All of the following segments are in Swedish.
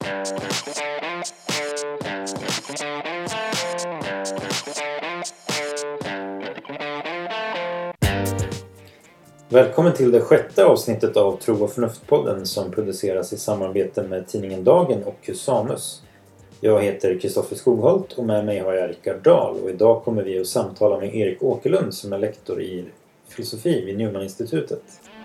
Välkommen till det 6:e avsnittet av Tro och förnuft-podden som produceras i samarbete med tidningen Dagen och Cusanus. Jag heter Kristoffer Skogholt och med mig har jag Rickard Dahl, och idag kommer vi att samtala med Erik Åkerlund som är lektor i filosofi vid Newman-institutet.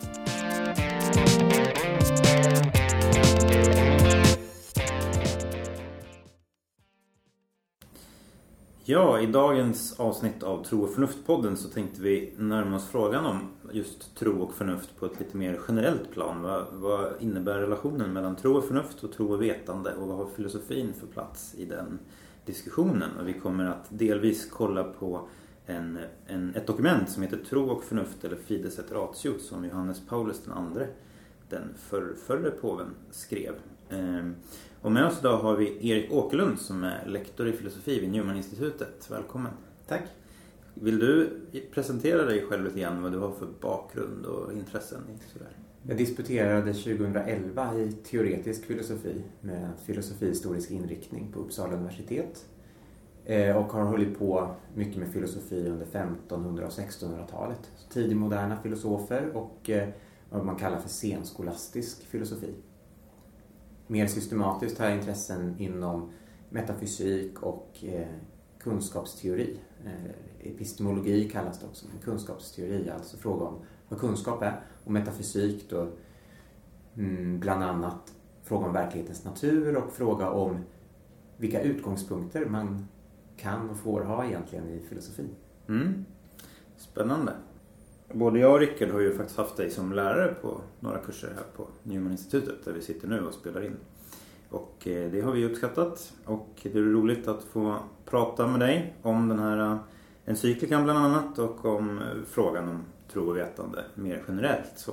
Ja, i dagens avsnitt av Tro och förnuft-podden så tänkte vi närma oss frågan om just tro och förnuft på ett lite mer generellt plan. Vad innebär relationen mellan tro och förnuft och tro och vetande, och vad har filosofin för plats i den diskussionen? Och vi kommer att delvis kolla på ett dokument som heter Tro och förnuft, eller Fides et Ratio, som Johannes Paulus II, den förre påven, skrev. Och med oss idag har vi Erik Åkerlund som är lektor i filosofi vid Newman-institutet. Välkommen. Tack. Vill du presentera dig själv lite grann, vad du har för bakgrund och intressen? Jag disputerade 2011 i teoretisk filosofi med filosofihistorisk inriktning på Uppsala universitet. Och har hållit på mycket med filosofi under 1500- och 1600-talet. Tidig moderna filosofer och vad man kallar för senskolastisk filosofi. Mer systematiskt har jag intressen inom metafysik och kunskapsteori. Epistemologi kallas det också, men kunskapsteori, alltså fråga om vad kunskap är. Och metafysik då bland annat fråga om verklighetens natur och fråga om vilka utgångspunkter man kan och får ha egentligen i filosofi. Spännande. Både jag och Rickard har ju faktiskt haft dig som lärare på några kurser här på Newman-institutet där vi sitter nu och spelar in. Och det har vi uppskattat, och det är roligt att få prata med dig om den här encyklikan bland annat, och om frågan om tro och vetande mer generellt. Så.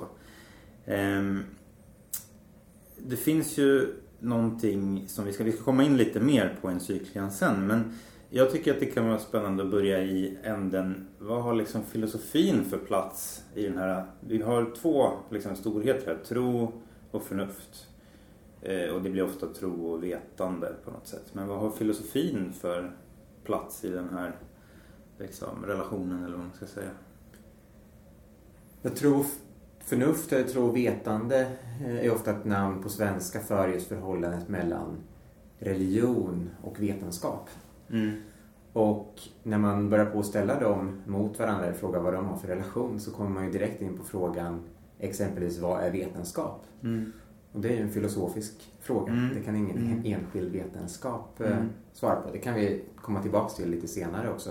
Det finns ju någonting som vi ska komma in lite mer på encyklikan sen, men jag tycker att det kan vara spännande att börja i änden. Vad har liksom filosofin för plats i den här? Vi har två liksom storheter här, tro och förnuft. Och det blir ofta tro och vetande på något sätt. Men vad har filosofin för plats i den här liksom, relationen, eller vad man ska säga? Jag tror förnuft eller tro och vetande är ofta ett namn på svenska för just förhållandet mellan religion och vetenskap. Och när man börjar på att ställa dem mot varandra och fråga vad de har för relation, så kommer man ju direkt in på frågan exempelvis vad är vetenskap? Och det är ju en filosofisk fråga. Det kan ingen enskild vetenskap svara på. Det kan vi komma tillbaka till lite senare också.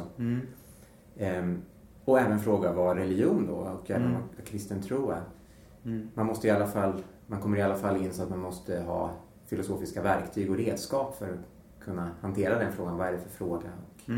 Och även fråga vad religion då och även vad kristen tro är. Man kommer i alla fall in så att man måste ha filosofiska verktyg och redskap för att kunna hantera den frågan. Vad är det för fråga?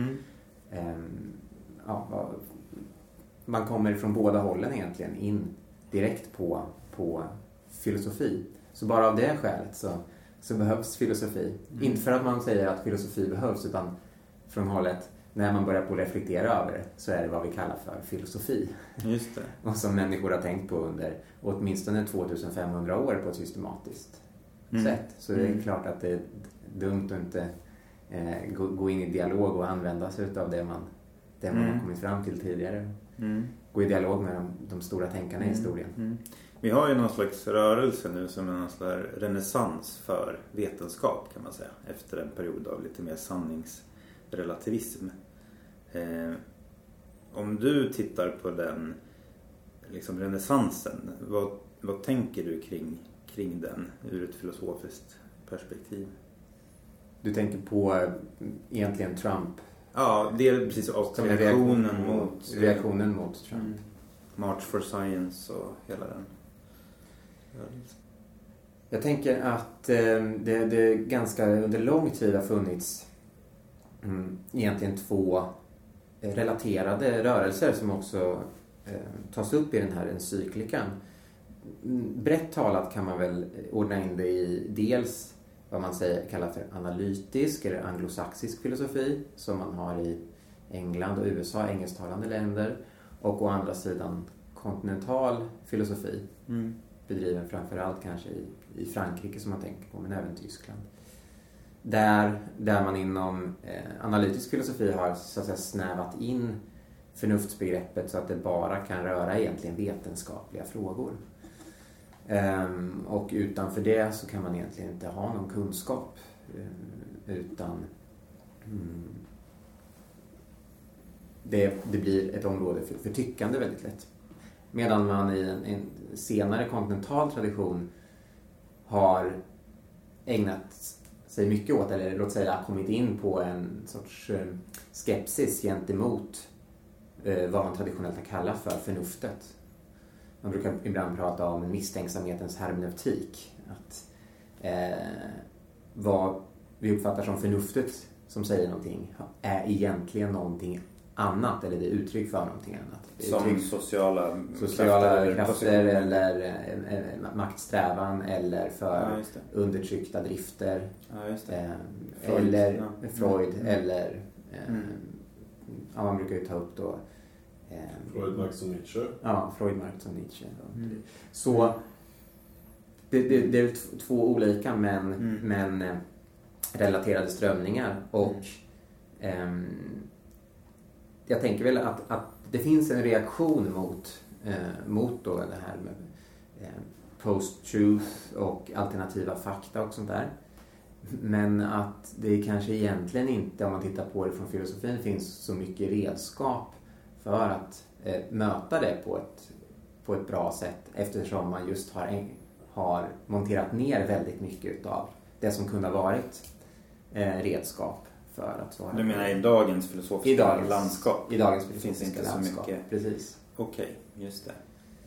Och, man kommer från båda hållen egentligen in direkt på filosofi. Så bara av det skälet så behövs filosofi. Inte för att man säger att filosofi behövs, utan från hållet när man börjar på att reflektera över det, så är det vad vi kallar för filosofi. Just det. Och som människor har tänkt på under åtminstone 2500 år på ett systematiskt sätt. Så det är klart att det är dumt att inte gå in i dialog och använda sig av det man har kommit fram till tidigare. Gå i dialog med de stora tänkarna i historien. Vi har ju någon slags rörelse nu som en slags renässans för vetenskap, kan man säga, efter en period av lite mer sanningsrelativism. Om du tittar på den liksom renässansen, vad tänker du kring den ur ett filosofiskt perspektiv? Du tänker på egentligen Trump? Ja, det är precis, och reaktionen mot Trump. March for Science och hela den. Jag tänker att det ganska under lång tid har funnits egentligen två relaterade rörelser som också tas upp i den här encyklikan. Brett talat kan man väl ordna in det i dels vad man kallar för analytisk eller anglosaxisk filosofi, som man har i England och USA, engelsktalande länder, och å andra sidan kontinental filosofi. bedriven framförallt kanske i Frankrike som man tänker på, men även Tyskland. Där man inom analytisk filosofi har så att säga snävat in förnuftsbegreppet så att det bara kan röra egentligen vetenskapliga frågor. Och utanför det så kan man egentligen inte ha någon kunskap, utan det blir ett område för tyckande väldigt lätt. Medan man i en senare kontinental tradition har ägnat sig mycket åt, eller låt säga kommit in på en sorts skepsis gentemot vad man traditionellt har kallat för förnuftet. Man brukar ibland prata om misstänksamhetens hermeneutik. Att vad vi uppfattar som förnuftet som säger någonting är egentligen någonting annat, eller det är uttryck för någonting annat. Som sociala krafter eller maktsträvan eller för undertryckta drifter. Eller Freud eller man brukar ju ta upp då Freud, Marx och Nietzsche. Ja, Freud, Marx och Nietzsche. Så det är två olika men relaterade strömningar, och jag tänker väl att det finns en reaktion mot då det här med post-truth och alternativa fakta och sånt där. Men att det kanske egentligen inte, om man tittar på det från filosofin, finns så mycket redskap för att möta det på ett bra sätt, eftersom man just har monterat ner väldigt mycket av det som kunde ha varit redskap för att svara. Du menar i dagens filosofiska landskap? I dagens filosofiska finns inte landskap, så mycket. precis. Okej, just det.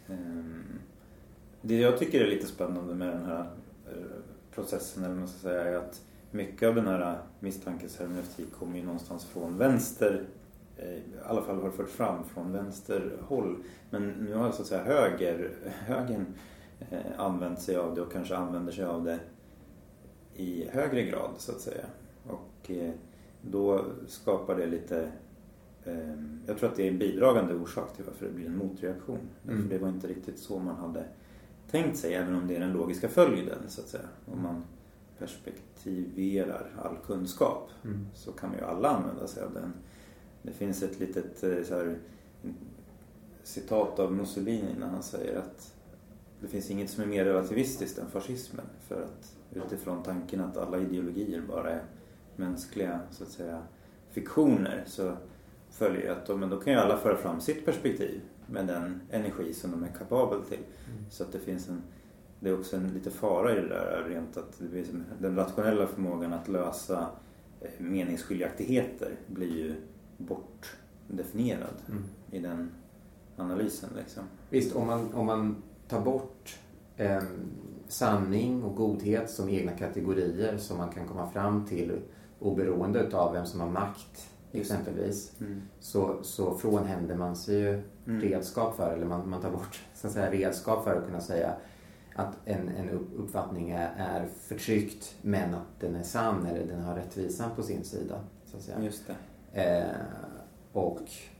Det jag tycker är lite spännande med den här processen, eller man ska säga, är att mycket av den här misstankeshermeneutik kommer ju någonstans från vänster. I alla fall har det förts fram från vänsterhåll. Men nu har så att säga högern använt sig av det och kanske använder sig av det i högre grad, så att säga. Och då skapar det lite... jag tror att det är en bidragande orsak till varför det blir en motreaktion. För det var inte riktigt så man hade tänkt sig, även om det är den logiska följden, så att säga. Om man perspektiverar all kunskap så kan ju alla använda sig av den. Det finns ett litet så här, citat av Mussolini när han säger att det finns inget som är mer relativistiskt än fascismen, för att utifrån tanken att alla ideologier bara är mänskliga, så att säga, fiktioner, så följer att då kan ju alla föra fram sitt perspektiv med den energi som de är kapabel till. Så att det är också en lite fara i det där, rent att det blir som den rationella förmågan att lösa meningsskiljaktigheter blir ju bortdefinierad i den analysen liksom. Visst, om man tar bort sanning och godhet som egna kategorier som man kan komma fram till oberoende av vem som har makt exempelvis, så frånhänder man sig ju redskap för, eller man tar bort, så att säga, redskap för att kunna säga att en uppfattning är förtryckt, men att den är sann, eller den har rättvisan på sin sida, så att säga. Just det. Och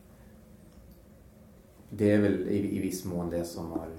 det är väl i viss mån det som har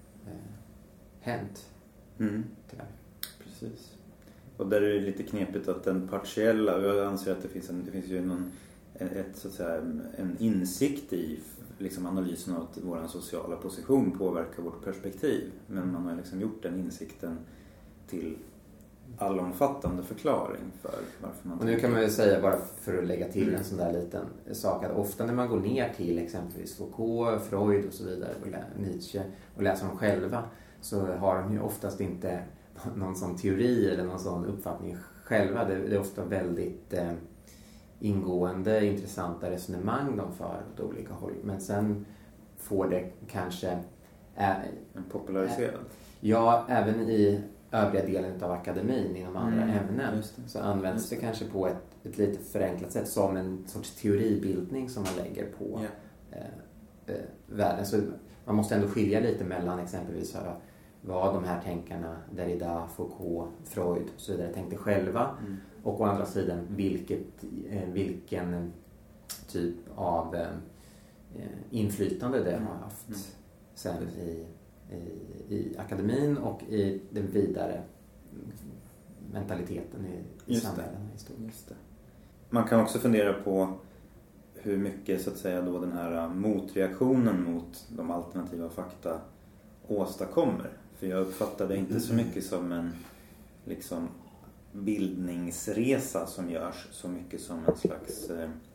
hänt. Tyvärr. Precis. Och där är det lite knepigt att den partiella, jag anser att det finns ju så att säga, en insikt i liksom analysen av att vår sociala position påverkar vårt perspektiv. Men man har liksom gjort den insikten till allomfattande förklaring för varför man... Och nu kan man ju säga, bara för att lägga till en sån där liten sak, att ofta när man går ner till exempelvis Foucault, Freud och så vidare, och Nietzsche, och läser dem själva, så har de ju oftast inte någon sån teori eller någon sån uppfattning själva. Det är ofta väldigt ingående, intressanta resonemang de för åt olika håll. Men sen får det kanske... en populariserad. Ja, även i övriga delen av akademin inom andra ämnen så används det kanske på ett lite förenklat sätt som en sorts teoribildning som man lägger på världen. Så man måste ändå skilja lite mellan exempelvis vad de här tänkarna, Derrida, Foucault, Freud och så vidare, tänkte själva, och å andra sidan vilken typ av inflytande det har haft sen i akademin och i den vidare mentaliteten i samhället. Just det. Man kan också fundera på hur mycket så att säga då den här motreaktionen mot de alternativa fakta åstadkommer. För jag uppfattar det inte så mycket som en liksom bildningsresa som görs, så mycket som en slags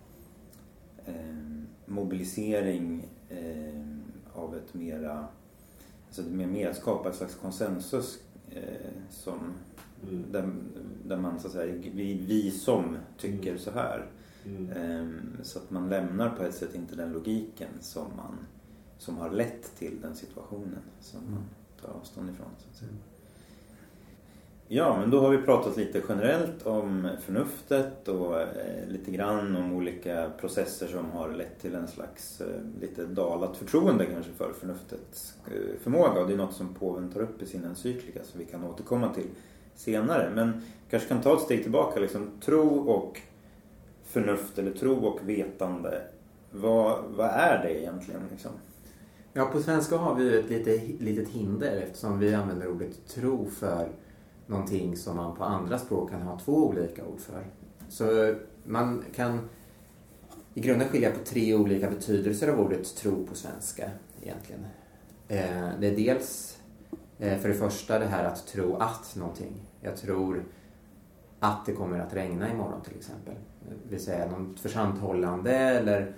mobilisering av ett mera, alltså mer skapa ett slags konsensus som där man så att säga vi som tycker så här. Så att man lämnar på ett sätt inte den logiken som har lett till den situationen som man tar avstånd ifrån, så att säga. Ja, men då har vi pratat lite generellt om förnuftet och lite grann om olika processer som har lett till en slags lite dalat förtroende kanske för förnuftets förmåga. Och det är något som påven tar upp i sin encyklika som vi kan återkomma till senare. Men kanske kan ta ett steg tillbaka, liksom tro och förnuft eller tro och vetande. Vad är det egentligen liksom? Ja, på svenska har vi ett litet hinder eftersom vi använder ordet tro för någonting som man på andra språk kan ha 2 olika ord för. Så man kan i grunden skilja på 3 olika betydelser av ordet tro på svenska egentligen. Det är dels för det första det här att tro att någonting. Jag tror att det kommer att regna imorgon till exempel. Det vill säga något försanthållande eller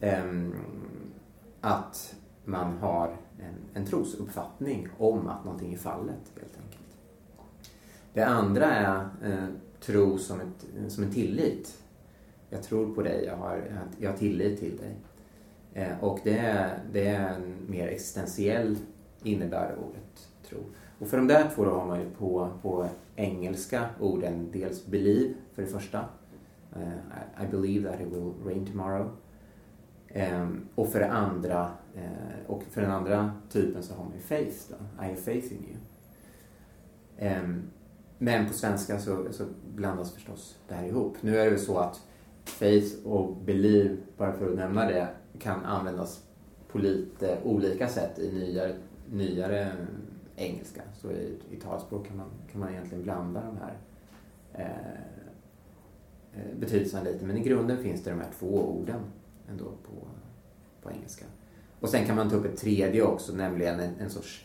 att man har en trosuppfattning om att någonting är fallet helt enkelt. Det andra är tro som en tillit. Jag tror på dig, jag har tillit till dig. Och det är en mer existentiell innebörd av ordet tro. Och för de där 2 då har man ju på engelska orden dels believe för det första. I believe that it will rain tomorrow. Och för det andra och för den andra typen så har man ju faith då. I have faith in you. Men på svenska så blandas förstås det här ihop. Nu är det väl så att faith och believe, bara för att nämna det, kan användas på lite olika sätt i nyare engelska. Så i talspråk kan man egentligen blanda de här betydelserna lite. Men i grunden finns det de här 2 orden ändå på engelska. Och sen kan man ta upp ett tredje också, nämligen en sorts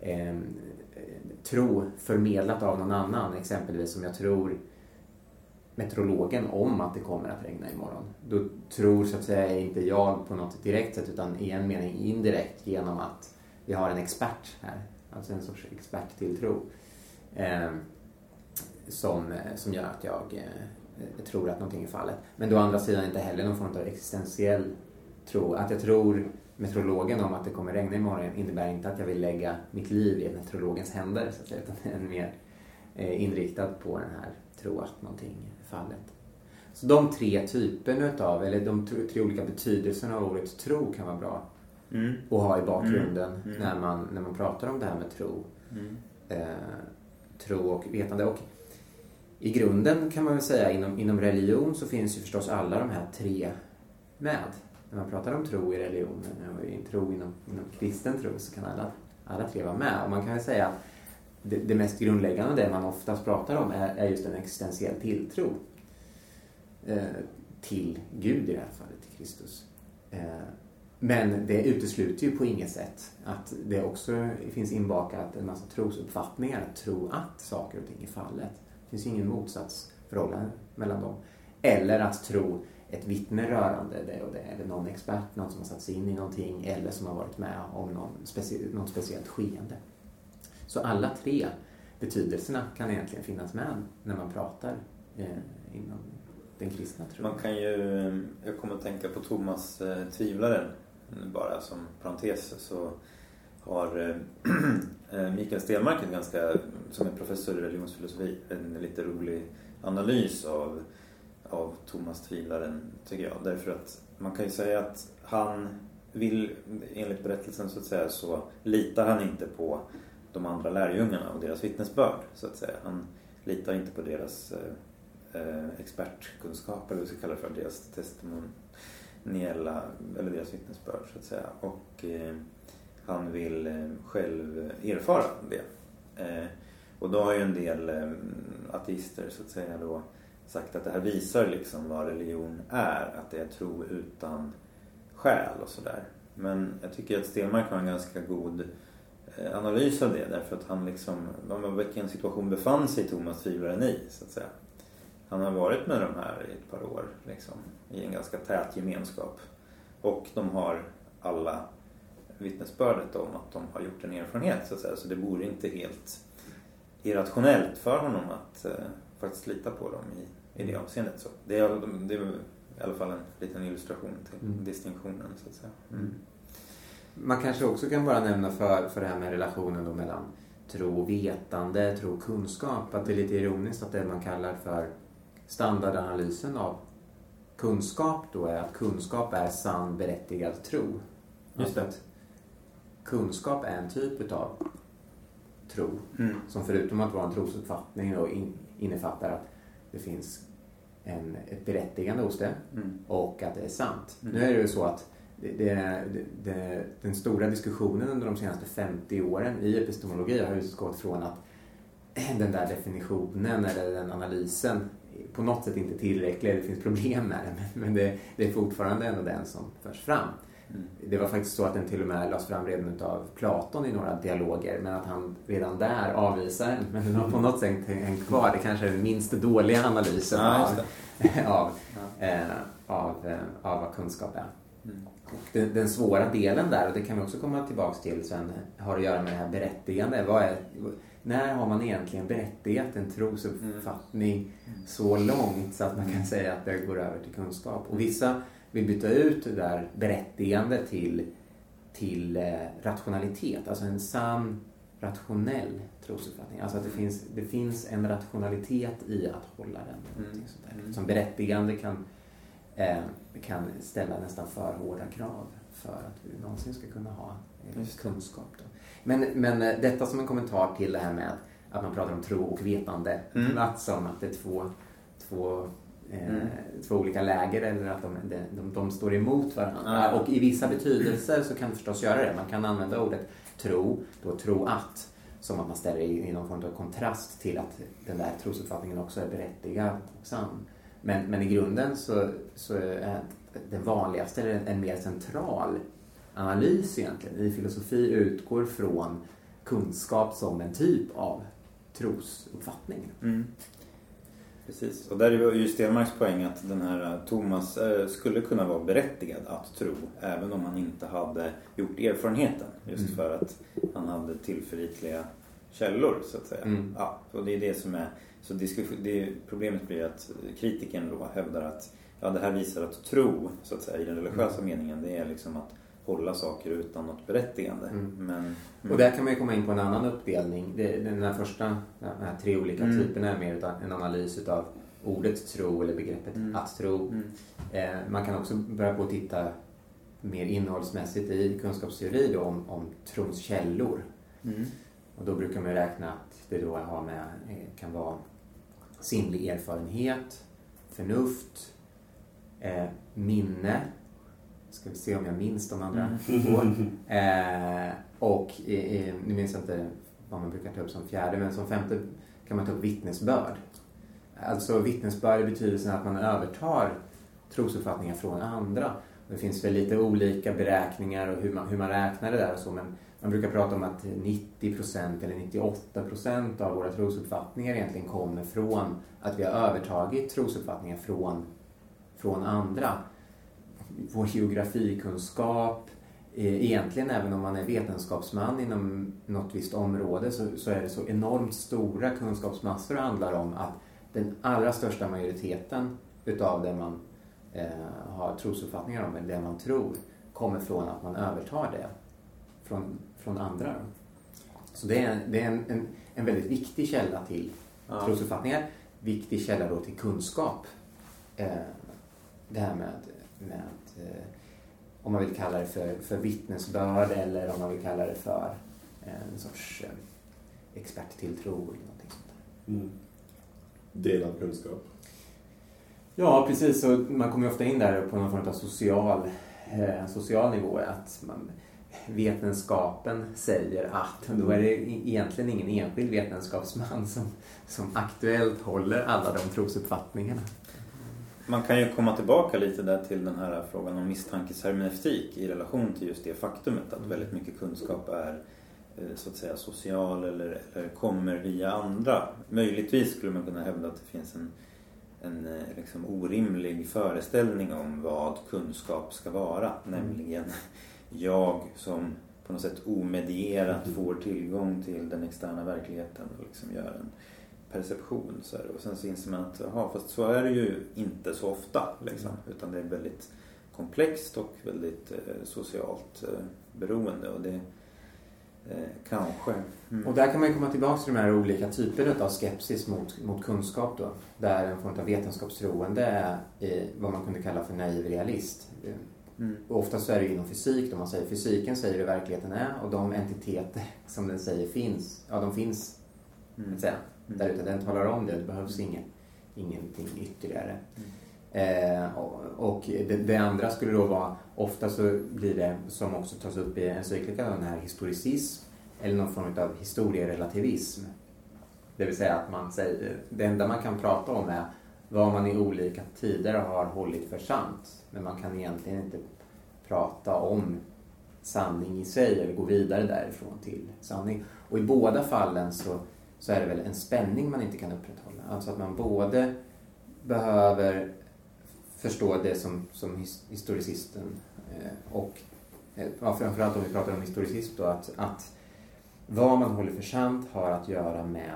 tro förmedlat av någon annan. Exempelvis som jag tror meteorologen om att det kommer att regna imorgon. Då tror så att säga inte jag på något direkt sätt utan i en mening indirekt genom att vi har en expert här. Alltså en sorts experttilltro som gör att jag tror att någonting är fallet. Men då å andra sidan inte heller någon form av existentiell tro. Att jag tror meteorologen om att det kommer regna imorgon innebär inte att jag vill lägga mitt liv i meteorologens händer så att säga, utan det är mer inriktad på den här tro att någonting är fallet. Så de 3 typerna eller de 3 olika betydelserna av ordet tro kan vara bra att ha i bakgrunden när man pratar om det här med tro. Tro och vetande. Och i grunden kan man väl säga inom religion så finns ju förstås alla de här 3 med. När man pratar om tro i religionen och i tro inom kristen tro så kan alla 3 vara med. Och man kan väl säga att det mest grundläggande det man oftast pratar om är just en existentiell tilltro till Gud i det här fallet, till Kristus. Men det utesluter ju på inget sätt att det också finns inbakat en massa trosuppfattningar att tro att saker och ting är fallet. Det finns ju ingen motsatsförhållande mellan dem. Eller att tro ett vittne rörande det och det, eller någon expert, någon som har satt sig in i någonting eller som har varit med om något speciellt skeende. Så alla 3 betydelserna kan egentligen finnas med när man pratar inom den kristna tron. Man kan ju, jag kommer att tänka på Thomas tvivlaren, bara som parentes så har Mikael Stenmark som är professor i religionsfilosofi, en lite rolig analys av Thomas tvivlaren tycker jag. Därför att man kan ju säga att han vill, enligt berättelsen så att säga, så litar han inte på de andra lärjungarna och deras vittnesbörd så att säga. Han litar inte på deras expertkunskap eller vad vi ska kalla det för, deras testimoniella eller deras vittnesbörd så att säga. Och han vill själv erfara det. Och då har ju en del ateister så att säga då sagt att det här visar liksom vad religion är, att det är tro utan själ och sådär. Men jag tycker att Stenmark har en ganska god analys av det, därför att han liksom, vilken situation befann sig Thomas tvivlaren i så att säga. Han har varit med de här i ett par år liksom, i en ganska tät gemenskap, och de har alla vittnesbördet om att de har gjort en erfarenhet så att säga, så det vore inte helt irrationellt för honom att faktiskt lita på dem i det avseendet. Så det är i alla fall en liten illustration till distinktionen så att säga. Man kanske också kan bara nämna för det här med relationen då mellan tro och vetande, tro och kunskap, att det är lite ironiskt att det man kallar för standardanalysen av kunskap då är att kunskap är sann berättigad tro. Just det. Att kunskap är en typ av tro som förutom att vara en trosuppfattning då innefattar att det finns ett berättigande hos det och att det är sant. Nu är det ju så att den stora diskussionen under de senaste 50 åren i epistemologi har utgått från att den där definitionen eller den analysen på något sätt inte är tillräcklig, det finns problem med det, men det är fortfarande ändå den som förs fram. Det var faktiskt så att den till och med lades fram redan av Platon i några dialoger, men att han redan där avvisar den, men den har på något sätt hängt kvar. Det kanske är den minst dåliga analysen av vad kunskap är. Den svåra delen där, och det kan vi också komma tillbaka till sen, har att göra med det här berättigande. När har man egentligen berättigat en trosuppfattning så långt så att man kan säga att det går över till kunskap? Och vissa vill byta ut det där berättigande till rationalitet, alltså en sann rationell trosuppfattning. Alltså att det finns en rationalitet i att hålla den. Som berättigande kan ställa nästan för hårda krav för att vi någonsin ska kunna ha kunskap. Då. Men detta som en kommentar till det här med att man pratar om tro och vetande, som att det är två olika läger, eller att de står emot varandra. Och i vissa betydelser så kan det förstås göra det. Man kan använda ordet tro, då tro att, som att man ställer i någon form av kontrast till att den där trosuppfattningen också är berättigad och sann. Men i grunden så är den vanligaste, eller en mer central analys egentligen i filosofi, utgår från kunskap som en typ av trosuppfattning. Precis, och där är ju Stenmarks poäng att den här Thomas skulle kunna vara berättigad att tro även om han inte hade gjort erfarenheten, just för att han hade tillförlitliga källor så att säga. Ja, och det är det som är så problemet blir att kritiken då hävdar att det här visar att tro så att säga i den religiösa meningen, det är liksom att hålla saker utan något berättigande. Och där kan man ju komma in på en annan uppdelning. Den här första, de här 3 olika typerna är mer utav en analys utav ordet tro eller begreppet att tro. Man kan också börja på att titta mer innehållsmässigt i kunskapsteori då, om trons källor. Och då brukar man räkna att det då kan vara sinnlig erfarenhet, förnuft, minne. Ska vi se om jag minns de andra och nu minns jag inte vad man brukar ta upp som fjärde, men som femte kan man ta upp vittnesbörd. Alltså vittnesbörd i betydelsen att man övertar trosuppfattningar från andra. Det finns väl lite olika beräkningar och hur man räknar det där och så, men man brukar prata om att 90% eller 98% av våra trosuppfattningar egentligen kommer från att vi har övertagit trosuppfattningar från andra. Vår geografikunskap, egentligen även om man är vetenskapsman inom något visst område så är det så enormt stora kunskapsmassor handlar om att den allra största majoriteten utav det man har trosuppfattningar om, eller det man tror, kommer från att man övertar det från andra. Så det är en väldigt viktig källa till trosuppfattningar, viktig källa då till kunskap. Det här med om man vill kalla det för vittnesbörd eller om man vill kalla det för en sorts experttilltro eller någonting sånt där. Delad kunskap. Ja, precis. Så man kommer ju ofta in där på någon form av social nivå. Att vetenskapen säger att, då är det egentligen ingen enskild vetenskapsman som aktuellt håller alla de trosuppfattningarna. Man kan ju komma tillbaka lite där till den här frågan om misstankeshermeneutik i relation till just det faktumet att väldigt mycket kunskap är så att säga social eller kommer via andra. Möjligtvis skulle man kunna hävda att det finns en liksom orimlig föreställning om vad kunskap ska vara. Nämligen jag som på något sätt omedierat får tillgång till den externa verkligheten och liksom gör en perception. Så här. Och sen så inser man att fast så är det ju inte så ofta. Liksom, utan det är väldigt komplext och väldigt socialt beroende. Och det kanske... Och där kan man ju komma tillbaka till de här olika typerna av skepsis mot kunskap då. Där en form av vetenskapstroende är vad man kunde kalla för naiv realist. Och oftast så är det inom fysik då man säger fysiken säger hur verkligheten är och de entiteter som den säger finns, ja de finns att säga, där ute. Den talar om det behövs ingenting ytterligare. Och det andra skulle då vara, ofta så blir det som också tas upp i encyklika den här historicism eller någon form av historierelativism. Det vill säga att man säger, det enda man kan prata om är vad man i olika tider har hållit för sant. Men man kan egentligen inte prata om sanning i sig eller gå vidare därifrån till sanning. Och i båda fallen så är det väl en spänning man inte kan upprätthålla. Alltså att man både behöver förstå det som historicisten och framförallt om vi pratar om historicism då, att vad man håller för sant har att göra med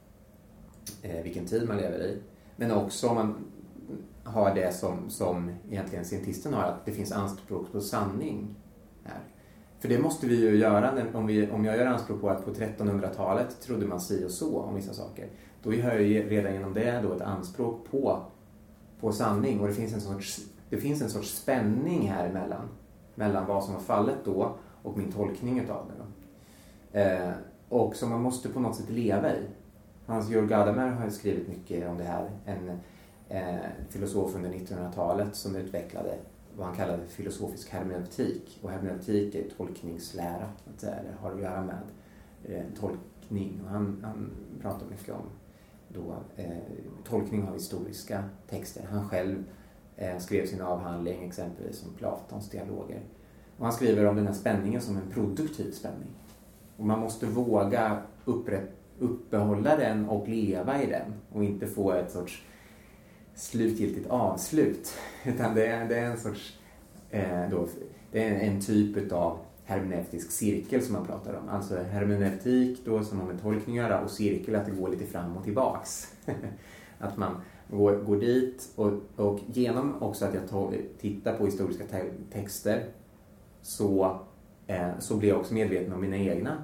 vilken tid man lever i. Men också om man har det som egentligen scientisten har, att det finns anspråk på sanning här. För det måste vi ju göra om jag gör anspråk på att på 1300-talet trodde man si och så om vissa saker. Då har jag ju redan genom det då ett anspråk på sanning. Och det finns en sorts spänning här mellan vad som var fallet då och min tolkning utav det då. Och som man måste på något sätt leva i. Hans-Georg Gadamer har skrivit mycket om det här. En filosof under 1900-talet som utvecklade vad han kallade filosofisk hermeneutik. Och hermeneutik är tolkningslära, det har att göra med tolkning. Och han pratar mycket om då, tolkning av historiska texter. Han själv skrev sin avhandling exempelvis om Platons dialoger. Och han skriver om den här spänningen som en produktiv spänning. Och man måste våga uppehålla den och leva i den. Och inte få ett sorts slutgiltigt avslut. Utan det är en sorts det är en typ av hermeneutisk cirkel som man pratar om. Alltså hermeneutik då som har med tolkning att göra och cirkel att det går lite fram och tillbaks. Att man går dit och genom också att jag tittar på historiska texter så blir jag också medveten om mina egna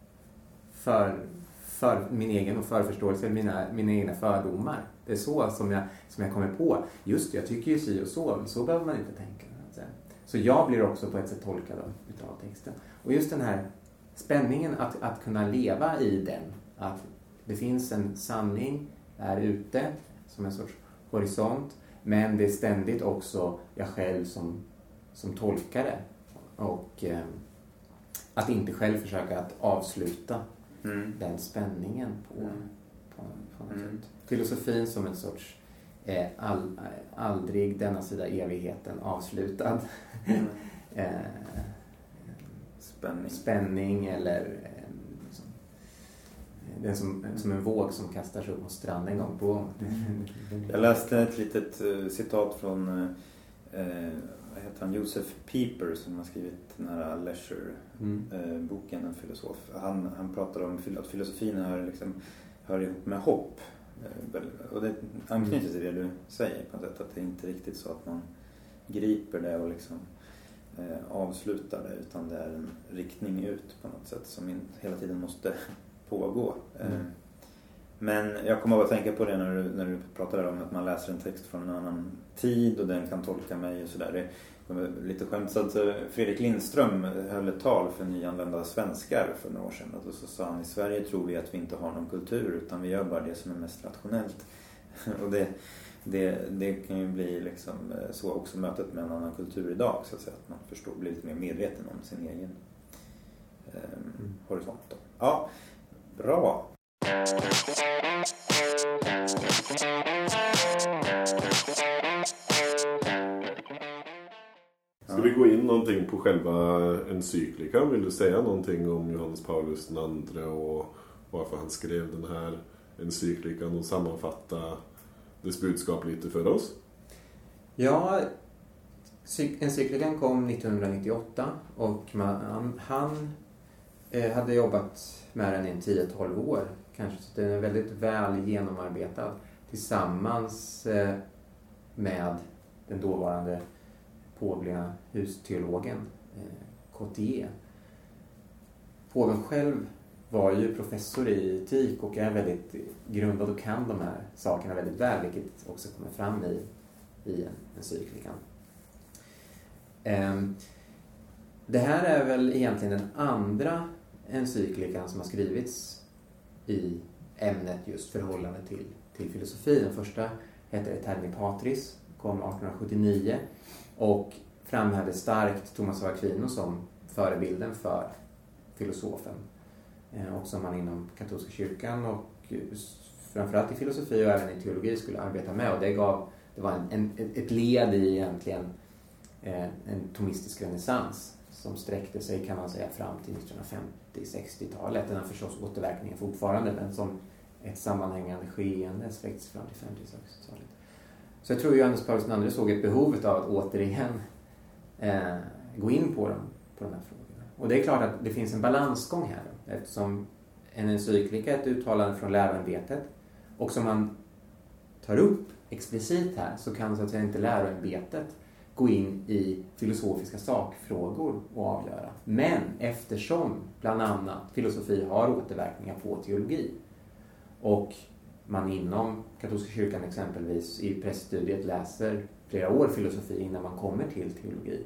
för min egen och förförståelse, mina egna fördomar. Det är så som jag kommer på. Just det, jag tycker ju si och så behöver man inte tänka. Så jag blir också på ett sätt tolkad av texten. Och just den här spänningen att kunna leva i den. Att det finns en sanning där ute som en sorts horisont. Men det är ständigt också jag själv som tolkar det. Och att inte själv försöka att avsluta den spänningen på något sätt. Filosofin som en sorts aldrig denna sida evigheten avslutad spänning eller den som en våg som kastar sig upp på stranden en gång på. Jag läste ett litet citat från vad heter han? Joseph Pieper som har skrivit den här Leisure-boken, en filosof. Han pratar om att filosofin hör ihop med hopp. Och det anknyter till det du säger på något sätt, att det är inte riktigt så att man griper det och liksom avslutar det, utan det är en riktning ut på något sätt som hela tiden måste pågå. Men jag kommer att tänka på det när du pratade om att man läser en text från en annan tid och den kan tolka mig och sådär. Det var lite skämtsamt. Fredrik Lindström höll ett tal för nyanlända svenskar för några år sedan. Och så sa han: i Sverige tror vi att vi inte har någon kultur, utan vi gör bara det som är mest rationellt. Och det kan ju bli liksom så också mötet med en annan kultur idag, så att säga, att man blir lite mer medveten om sin egen horisont då. Ja, bra. Ska vi gå in någonting på själva encyklikan? Vill du säga någonting om Johannes Paulus II och varför han skrev den här encyklikan och sammanfatta dess budskap lite för oss? Ja, encyklikan kom 1998 och han hade jobbat med den i 10-12 år kanske, så den är väldigt väl genomarbetad tillsammans med den dåvarande påvliga husteologen Cotier. Påven själv var ju professor i etik och är väldigt grundad och kan de här sakerna väldigt väl, vilket också kommer fram i encyklikan. Det här är väl egentligen den andra encyklikan som har skrivits i ämnet just förhållande till filosofi. Den första heter Aeterni Patris, kom 1879 och framhävde starkt Thomas av Aquino som förebilden för filosofen. Och som man inom katolska kyrkan och framförallt i filosofi och även i teologi skulle arbeta med. Och det var ett led i egentligen en tomistisk renässans som sträckte sig, kan man säga, fram till 1950-60-talet. Den har förstås återverkningar fortfarande, men som ett sammanhängande skeende sträcktes fram till 50-60-talet. Så jag tror Johannes Paulus II såg ett behov av att återigen gå in på de här frågorna. Och det är klart att det finns en balansgång här då, eftersom en encyklika är ett uttalande från läroämbetet och som man tar upp explicit här, så kan så att säga inte läroämbetet gå in i filosofiska sakfrågor och avgöra. Men eftersom bland annat filosofi har återverkningar på teologi och man inom katolska kyrkan exempelvis i präststudiet läser flera år filosofi innan man kommer till teologi,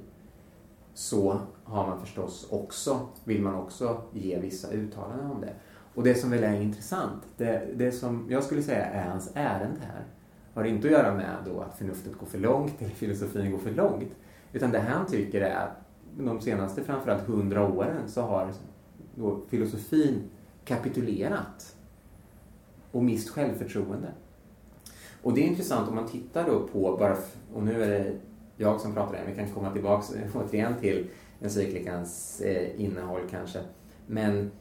så har man förstås vill man också ge vissa uttalanden om det. Och det som väl är intressant, det som jag skulle säga är hans ärende här, har inte att göra med då att förnuftet går för långt eller filosofin går för långt. Utan det han tycker är att de senaste framförallt 100 åren så har då filosofin kapitulerat och mist självförtroende. Och det är intressant om man tittar då på, och nu är det jag som pratar här, vi kan komma tillbaka återigen till encyklikans innehåll kanske. Men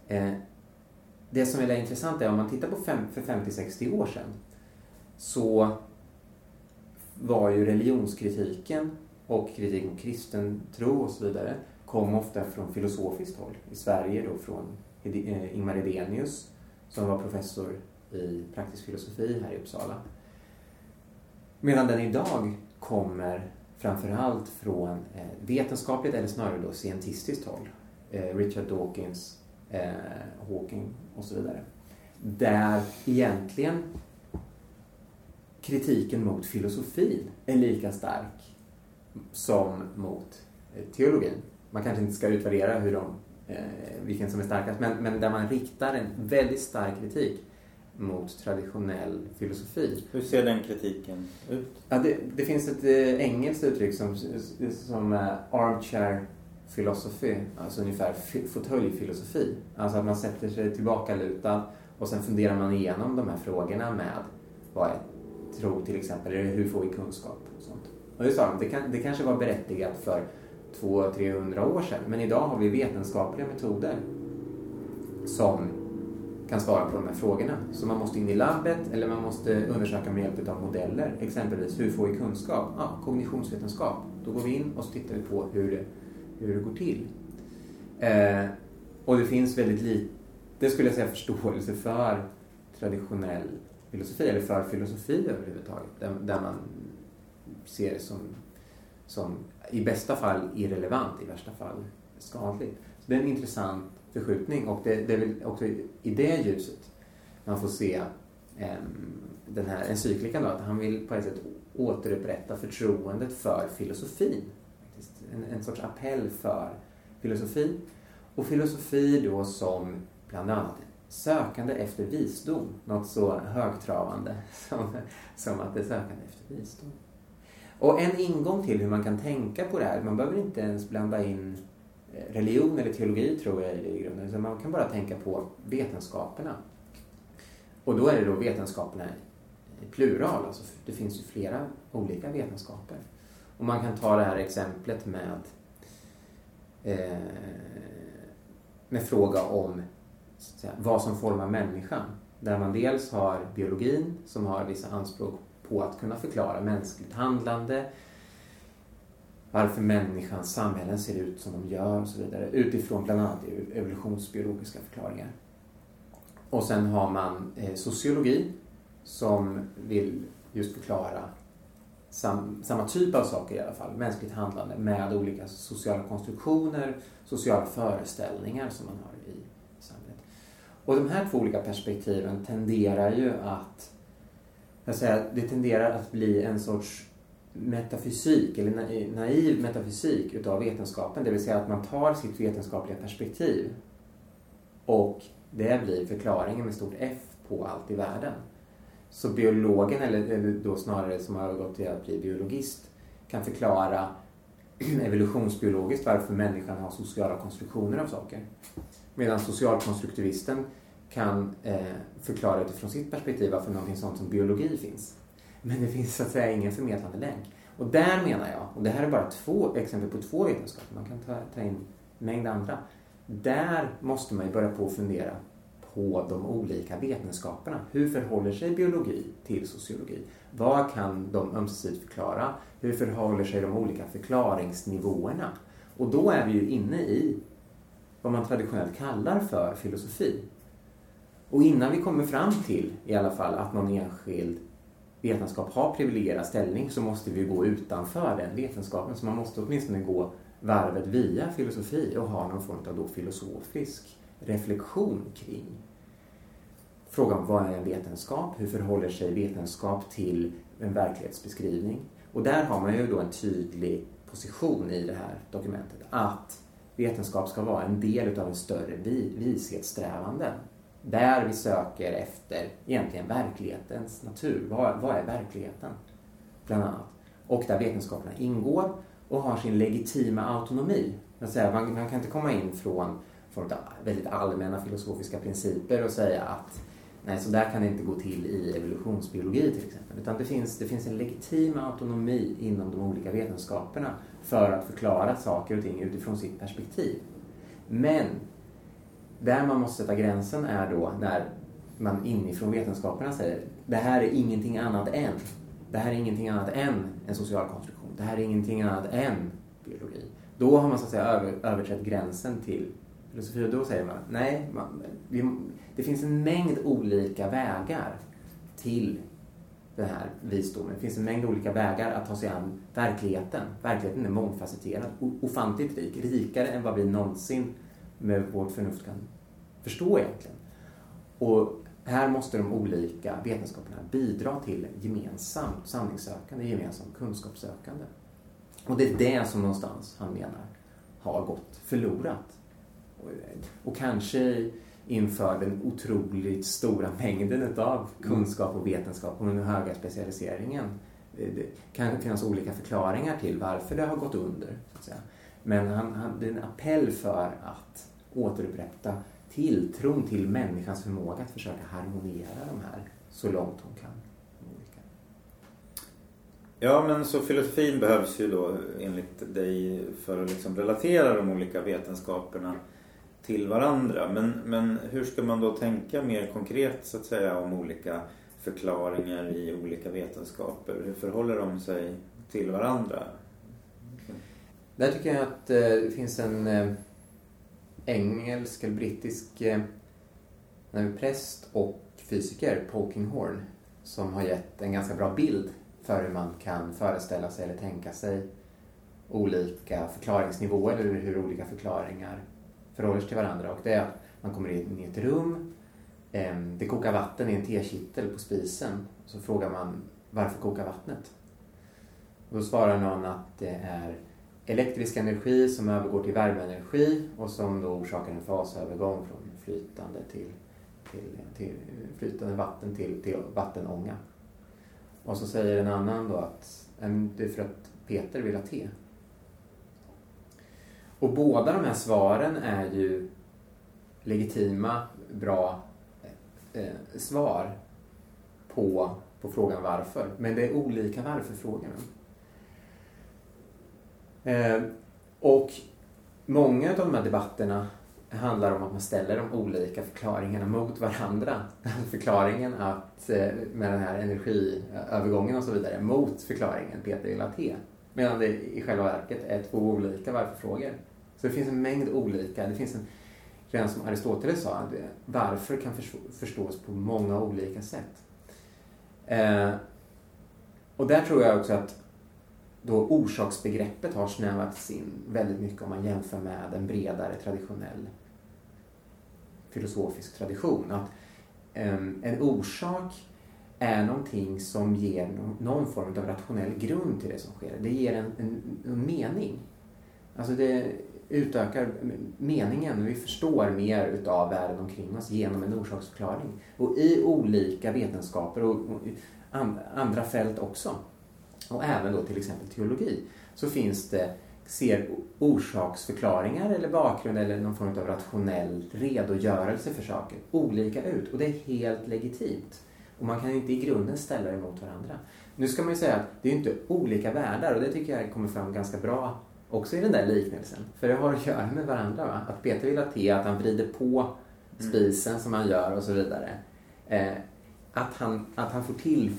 det som är intressant är om man tittar på för 50-60 år sedan, så var ju religionskritiken och kritik om kristen tro och så vidare kom ofta från filosofiskt håll. I Sverige då från Ingmar Hedenius som var professor i praktisk filosofi här i Uppsala. Medan den idag kommer framförallt från vetenskapligt eller snarare då scientistiskt håll. Richard Dawkins, Hawking och så vidare. Där egentligen kritiken mot filosofin är lika stark som mot teologin. Man kanske inte ska utvärdera vilken som är starkast, men där man riktar en väldigt stark kritik mot traditionell filosofi. Hur ser den kritiken ut? Ja, det finns ett engelskt uttryck som armchair philosophy, alltså ungefär fåtöljfilosofi. Alltså att man sätter sig tillbaka lutad och sen funderar man igenom de här frågorna med vad är tro till exempel, eller hur får vi kunskap och sånt. Och det sa det kanske var berättigat för 200-300 år sedan, men idag har vi vetenskapliga metoder som kan svara på de här frågorna. Så man måste in i labbet eller man måste undersöka med hjälp av modeller. Exempelvis, hur får vi kunskap? Ja, kognitionsvetenskap. Då går vi in och så tittar vi på hur det går till. Och det finns väldigt lite, skulle jag säga, förståelse för traditionell filosofi eller för filosofi överhuvudtaget. Där man ser det som i bästa fall irrelevant, i värsta fall skadligt. Så det är en intressant förskjutning och det är väl också i det ljuset man får se den här encyklikan då, att han vill på ett sätt återupprätta förtroendet för filosofin. En sorts appell för filosofi. Och filosofi då som bland annat sökande efter visdom. Något så högtravande som att det är sökande efter visdom. Och en ingång till hur man kan tänka på det här. Man behöver inte ens blanda in religion eller teologi, tror jag i grunden. Så man kan bara tänka på vetenskaperna. Och då är det då vetenskaperna i plural. Alltså det finns ju flera olika vetenskaper. Och man kan ta det här exemplet med fråga om vad som formar människan. Där man dels har biologin som har vissa anspråk på att kunna förklara mänskligt handlande, varför människans samhällen ser ut som de gör och så vidare, utifrån bland annat evolutionsbiologiska förklaringar. Och sen har man sociologi som vill just förklara samma typ av saker i alla fall, mänskligt handlande med olika sociala konstruktioner, sociala föreställningar som man har i samhället. Och de här två olika perspektiven tenderar ju det tenderar att bli en sorts metafysik eller naiv metafysik utav vetenskapen, det vill säga att man tar sitt vetenskapliga perspektiv och det blir förklaringen med stort F på allt i världen. Så biologen, eller då snarare som har gått till att bli biologist, kan förklara evolutionsbiologiskt varför människan har sociala konstruktioner av saker. Medan socialkonstruktivisten kan förklara utifrån sitt perspektiv varför någonting sånt som biologi finns. Men det finns så att säga ingen förmedlande länk. Och där menar jag, och det här är bara exempel på två vetenskaper, man kan ta in en mängd andra. Där måste man ju börja på att fundera på de olika vetenskaperna. Hur förhåller sig biologi till sociologi? Vad kan de ömsesidigt förklara? Hur förhåller sig de olika förklaringsnivåerna? Och då är vi ju inne i vad man traditionellt kallar för filosofi. Och innan vi kommer fram till i alla fall att någon enskild vetenskap har privilegierad ställning, så måste vi gå utanför den vetenskapen. Så man måste åtminstone gå varvet via filosofi och ha någon form av då filosofisk reflektion kring frågan vad är en vetenskap, hur förhåller sig vetenskap till en verklighetsbeskrivning. Och där har man ju då en tydlig position i det här dokumentet, att vetenskap ska vara en del av en större vishetssträvanden. Där vi söker efter egentligen verklighetens natur. Vad är verkligheten? Bland annat. Och där vetenskaperna ingår och har sin legitima autonomi. Man kan inte komma in från väldigt allmänna filosofiska principer och säga att nej, så där kan det inte gå till i evolutionsbiologi till exempel. Utan det finns en legitim autonomi inom de olika vetenskaperna för att förklara saker och ting utifrån sitt perspektiv. Men där man måste sätta gränsen är då när man inifrån vetenskaperna säger det här är ingenting annat än. Det här är ingenting annat än en social konstruktion. Det här är ingenting annat än biologi. Då har man så att säga överträtt gränsen till filosofi. Och då säger man nej, det finns en mängd olika vägar till den här visdomen. Det finns en mängd olika vägar att ta sig an verkligheten. Verkligheten är mångfacetterad, ofantligt rik. Rikare än vad vi någonsin med vårt förnuft kan förstå egentligen. Och här måste de olika vetenskaperna bidra till gemensamt sanningssökande, gemensamt kunskapssökande. Och det är det som någonstans han menar har gått förlorat. Och kanske inför den otroligt stora mängden av kunskap och vetenskap och den höga specialiseringen. Det kan finnas olika förklaringar till varför det har gått under, så att säga. Men det är en appell för att återupprätta tilltron till människans förmåga att försöka harmoniera de här så långt hon kan. Ja, men så filosofin behövs ju då enligt dig för att liksom relatera de olika vetenskaperna till varandra. Men hur ska man då tänka mer konkret så att säga om olika förklaringar i olika vetenskaper? Hur förhåller de sig till varandra? Där tycker jag att det finns en engelsk eller brittisk präst och fysiker, Paul Kinghorn, som har gett en ganska bra bild för hur man kan föreställa sig eller tänka sig olika förklaringsnivåer eller hur olika förklaringar förhåller sig till varandra. Och det är att man kommer in i ett rum, det kokar vatten i en tekittel på spisen, och så frågar man varför kokar vattnet? Och då svarar någon att det är elektrisk energi som övergår till värmeenergi och som då orsakar en fasövergång från flytande till flytande vatten till vattenånga. Och så säger en annan då att det är för att Peter vill ha te. Och båda de här svaren är ju legitima, bra svar på frågan varför. Men det är olika varför-frågorna. Och många av de här debatterna handlar om att man ställer de olika förklaringarna mot varandra. Förklaringen att med den här energiövergången och så vidare mot förklaringen Peter vill ha te. Medan det i själva verket är två olika varför-frågor. Så det finns en mängd olika. Det finns redan som Aristoteles sa, att varför kan förstås på många olika sätt. Och där tror jag också att då orsaksbegreppet har snävats in väldigt mycket om man jämför med en bredare traditionell filosofisk tradition. Att en orsak är någonting som ger någon form av rationell grund till det som sker. Det ger en mening. Alltså det utökar meningen. Vi förstår mer utav världen omkring oss genom en orsaksförklaring. Och i olika vetenskaper och andra fält också. Och även då till exempel teologi. Så ser orsaksförklaringar eller bakgrund eller någon form av rationell redogörelse för saker olika ut. Och det är helt legitimt. Och man kan inte i grunden ställa det mot varandra. Nu ska man ju säga att det är inte olika världar. Och det tycker jag kommer fram ganska bra också i den där liknelsen. För det har att göra med varandra. Va? Att Peter vill ha te, att han vrider på spisen som han gör och så vidare. Att han får till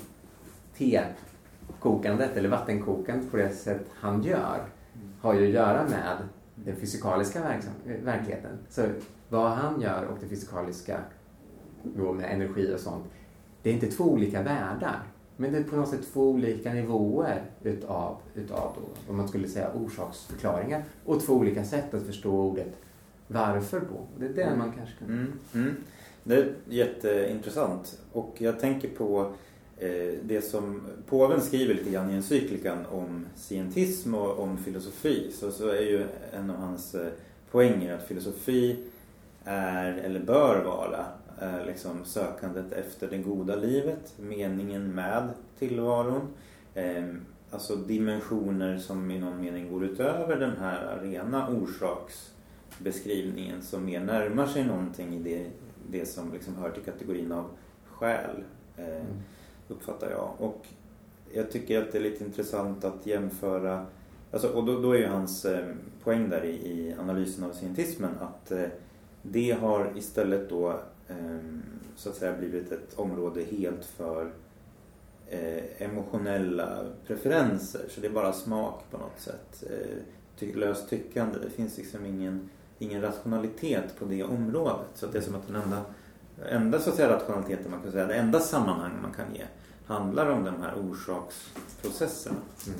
tekokandet eller vattenkokandet på det sätt han gör har ju att göra med den fysikaliska verkligheten. Så vad han gör och det fysikaliska då med energi och sånt, det är inte två olika världar. Men det är på något sätt två olika nivåer utav då, om man skulle säga orsaksförklaringar. Och två olika sätt att förstå ordet varför på. Det är det man kanske kan... Det är jätteintressant. Och jag tänker på det som påven skriver lite grann i encyklikan om scientism och om filosofi. Så är ju en av hans poänger att filosofi är eller bör vara liksom sökandet efter det goda livet, meningen med tillvaron, alltså dimensioner som i någon mening går utöver den här rena orsaksbeskrivningen som mer närmar sig någonting i det som liksom hör till kategorin av själ, uppfattar jag. Och jag tycker att det är lite intressant att jämföra, alltså, och då är ju hans poäng där i analysen av scientismen att det har istället då så att säga blivit ett område helt för emotionella preferenser. Så det är bara smak på något sätt. Löst tyckande. Det finns liksom ingen rationalitet på det området. Så att det är som att den enda så att säga rationaliteten man kan säga, det enda sammanhang man kan ge handlar om de här orsaksprocesserna.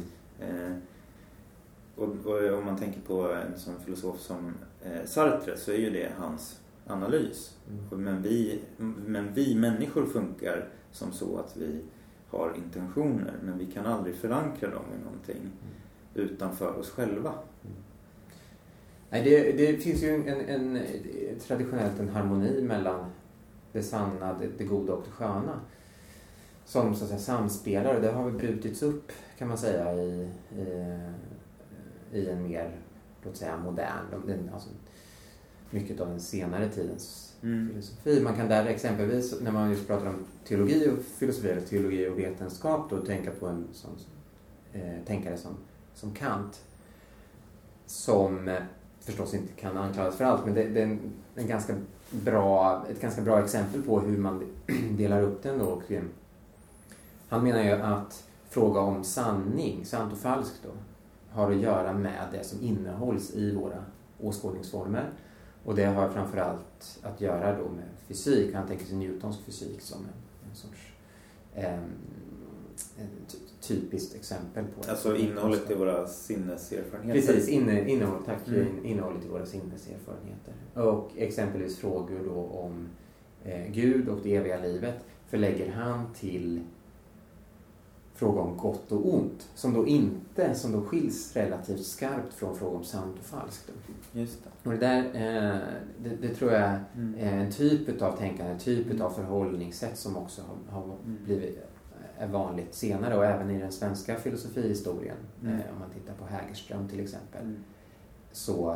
Och om man tänker på en sån filosof som Sartre, så är ju det hans analys. Men vi människor funkar som så att vi har intentioner, men vi kan aldrig förankra dem i någonting utanför oss själva. Nej, det finns ju traditionellt en harmoni mellan det sanna, det goda och det sköna som så att säga samspelar. Det har väl brutits upp, kan man säga, i en mer, låt säga, modern, alltså mycket av den senare tidens filosofi. Man kan där exempelvis, när man just pratar om teologi och filosofi, eller teologi och vetenskap, då tänka på en sån tänkare som Kant, som förstås inte kan anklagas för allt, men det är ett ganska bra exempel på hur man delar upp den då. Och han menar ju att fråga om sanning, sant och falskt då, har att göra med det som innehålls i våra åskådningsformer. Och det har framförallt att göra då med fysik. Han tänker sig Newtons fysik som en sorts typiskt exempel på det. Alltså innehållet i våra sinneserfarenheter. Precis, innehållet i våra sinneserfarenheter. Och exempelvis frågor då om Gud och det eviga livet förlägger han till fråga om gott och ont, som då skiljs relativt skarpt från fråga om sant och falskt. Just det. Och det där, det tror jag är en typ av tänkande, en typ av förhållningssätt som också har blivit vanligt senare, och även i den svenska filosofihistorien, om man tittar på Hägerström till exempel. så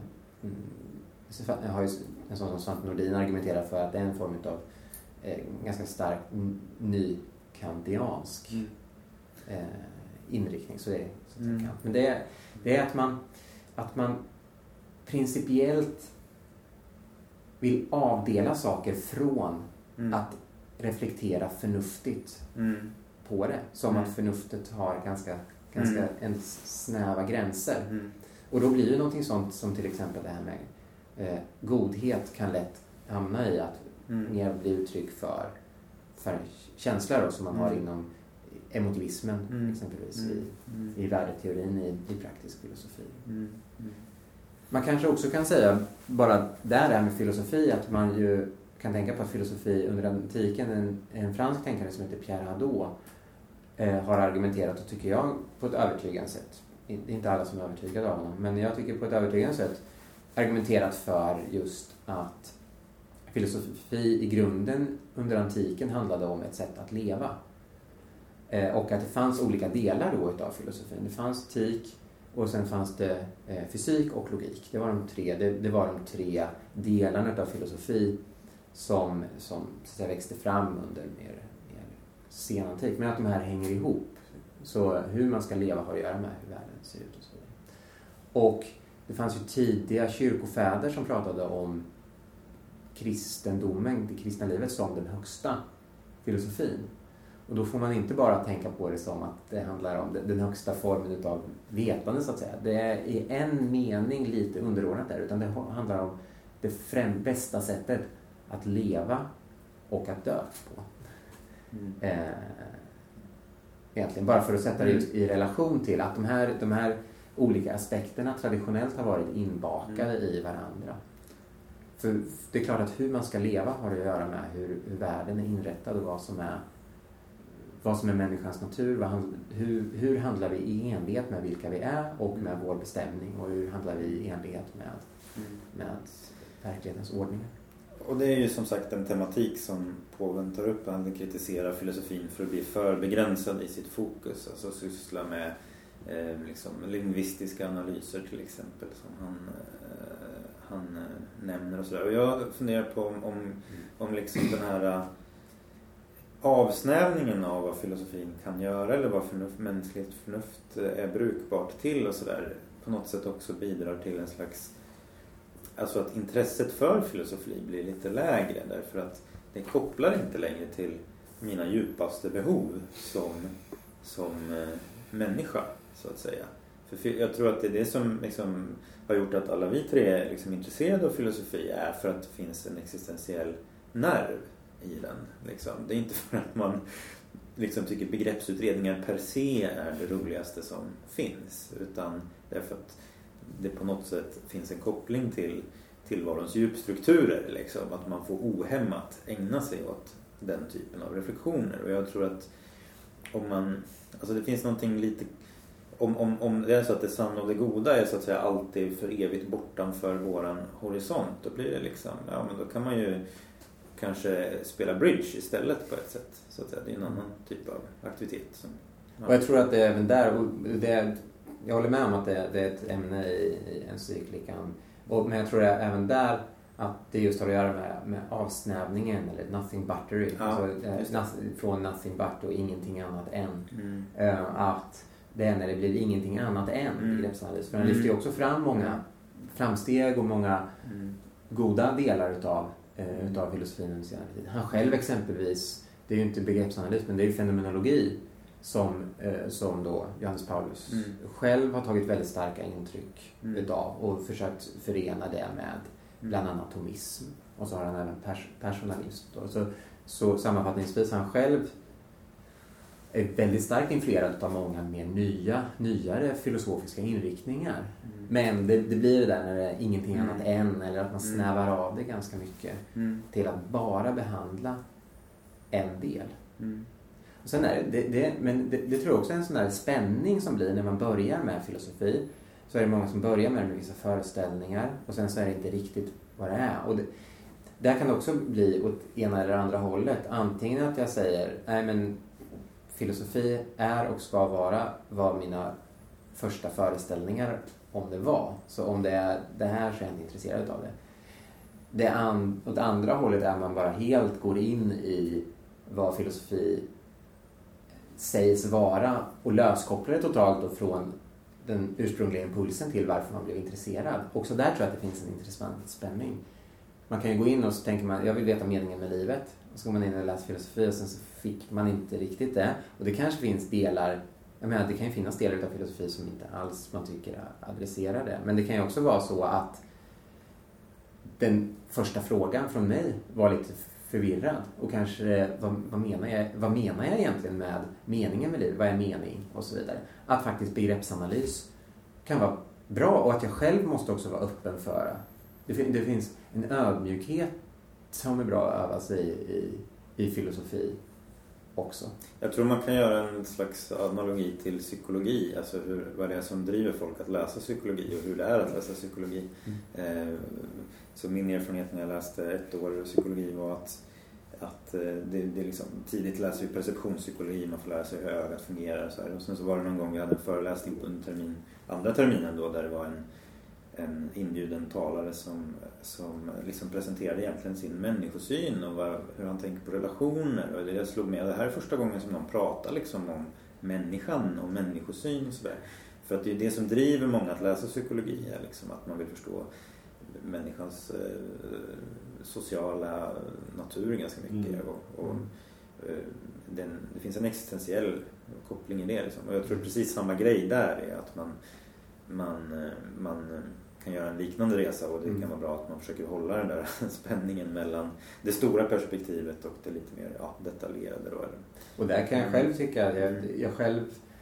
har ju en sån som Svante Nordin argumenterar för att det är en form av ganska stark nykantiansk inriktning. Så det är Kant. Men det är att man principiellt vill avdela saker från att reflektera förnuftigt på det. Som att förnuftet har ganska en snäva gränser. Och då blir det någonting sånt som till exempel det här med godhet kan lätt hamna i att mer bli uttryck för känslor då, som man har inom emotivismen exempelvis i värdeteorin i praktisk filosofi. Man kanske också kan säga bara där med filosofi att man ju kan tänka på att filosofi under antiken, en fransk tänkare som heter Pierre Hadot har argumenterat, och tycker jag på ett övertygande sätt, inte alla som är övertygade av honom, men jag tycker på ett övertygande sätt argumenterat för just att filosofi i grunden under antiken handlade om ett sätt att leva. Och att det fanns olika delar då utav filosofin. Det fanns etik och sen fanns det fysik och logik. Det var de tre delarna utav filosofi som så att säga, växte fram under mer sen antik. Men att de här hänger ihop. Så hur man ska leva har att göra med hur världen ser ut och så vidare. Och det fanns ju tidiga kyrkofäder som pratade om kristendomen, det kristna livet, som den högsta filosofin. Och då får man inte bara tänka på det som att det handlar om den högsta formen av vetande så att säga. Det är i en mening lite underordnat där, utan det handlar om det bästa sättet att leva och att dö på. Egentligen bara för att sätta det i relation till att de här olika aspekterna traditionellt har varit inbakade i varandra. För det är klart att hur man ska leva har att göra med hur världen är inrättad och vad som är människans natur. Hur handlar vi i enlighet med vilka vi är och med vår bestämning, och hur handlar vi i enlighet med verklighetens ordningar. Och det är ju som sagt en tematik som påven tar upp. Han kritiserar filosofin för att bli för begränsad i sitt fokus. Alltså syssla med liksom lingvistiska analyser till exempel som han nämner och sådär. Och jag funderar på om liksom den här avsnävningen av vad filosofin kan göra eller vad mänskligt förnuft är brukbart till och sådär på något sätt också bidrar till en slags, alltså att intresset för filosofi blir lite lägre därför att det kopplar inte längre till mina djupaste behov som människa så att säga. För jag tror att det är det som liksom har gjort att alla vi tre är liksom intresserade av filosofi är för att det finns en existentiell nerv i den. Liksom. Det är inte för att man liksom tycker begreppsutredningar per se är det roligaste som finns, utan därför att det på något sätt finns en koppling till tillvarons djupstrukturer. Liksom. Att man får ohämmat ägna sig åt den typen av reflektioner. Och jag tror att om man, alltså det finns någonting lite, om det är så att det sanna och det goda är så att säga alltid för evigt bortanför våran horisont, då blir det liksom, ja men då kan man ju kanske spela bridge istället på ett sätt. Så att säga. Det är en annan typ av aktivitet. Som, ja. Och jag tror att det är även där, jag håller med om att det är ett ämne i encyklikan. Men jag tror att även där att det just har att göra med avsnävningen eller nothing buttery. Ja, alltså, från nothing but och ingenting annat än. Att det är när det blir ingenting annat än begreppsanalys. För den lyfter ju också fram många framsteg och många goda delar utav filosofin under senare tid. Han själv exempelvis, det är ju inte begreppsanalys men det är ju fenomenologi som då Johannes Paulus själv har tagit väldigt starka intryck utav och försökt förena det med bland annat tomism, och så har han även personalism då. Så sammanfattningsvis han själv är väldigt starkt influerad av många mer nyare filosofiska inriktningar. Men det blir det där när det är ingenting annat än, eller att man snävar av det ganska mycket till att bara behandla en del. Och sen är det tror jag också är en sån där spänning som blir när man börjar med filosofi. Så är det många som börjar med vissa föreställningar och sen så är det inte riktigt vad det är. Och där kan det också bli åt ena eller andra hållet. Antingen att jag säger, nej men filosofi är och ska vara vad mina första föreställningar om det var. Så om det är det här så är jag inte intresserad av det. Åt andra hållet är man bara helt går in i vad filosofi sägs vara och löskopplar det totalt då från den ursprungliga impulsen till varför man blev intresserad. Också där tror jag att det finns en intressant spänning. Man kan ju gå in och så tänker man, jag vill veta meningen med livet. Och så går man in och läser filosofi och sen så fick man inte riktigt det. Och det kanske finns delar, jag menar det kan ju finnas delar av filosofi som inte alls man tycker adresserar det. Men det kan ju också vara så att den första frågan från mig var lite förvirrad. Och kanske, vad menar jag egentligen med meningen med livet? Vad är mening? Och så vidare. Att faktiskt begreppsanalys kan vara bra och att jag själv måste också vara öppen för det finns en ödmjukhet som är bra att öva sig i filosofi också. Jag tror man kan göra en slags analogi till psykologi. Alltså vad det är som driver folk att läsa psykologi och hur det är att läsa psykologi. Så min erfarenhet när jag läste 1 år psykologi var att det liksom, tidigt läser vi perceptionspsykologi, man får lära sig hur ögat fungerar. Så här. Och sen så var det någon gång vi hade en föreläsning på andra terminen då, där det var en inbjuden talare som liksom presenterade egentligen sin människosyn och hur han tänker på relationer. Och det slog med, det här är första gången som någon pratar liksom om människan och människosyn och sådär. För att det är det som driver många att läsa psykologi, liksom, att man vill förstå människans sociala natur ganska mycket. Det finns en existentiell koppling i det. Liksom. Och jag tror precis samma grej där är att man kan göra en liknande resa och det kan vara bra att man försöker hålla den där spänningen mellan det stora perspektivet och det lite mer detaljerade. Och där kan jag själv tycka att jag själv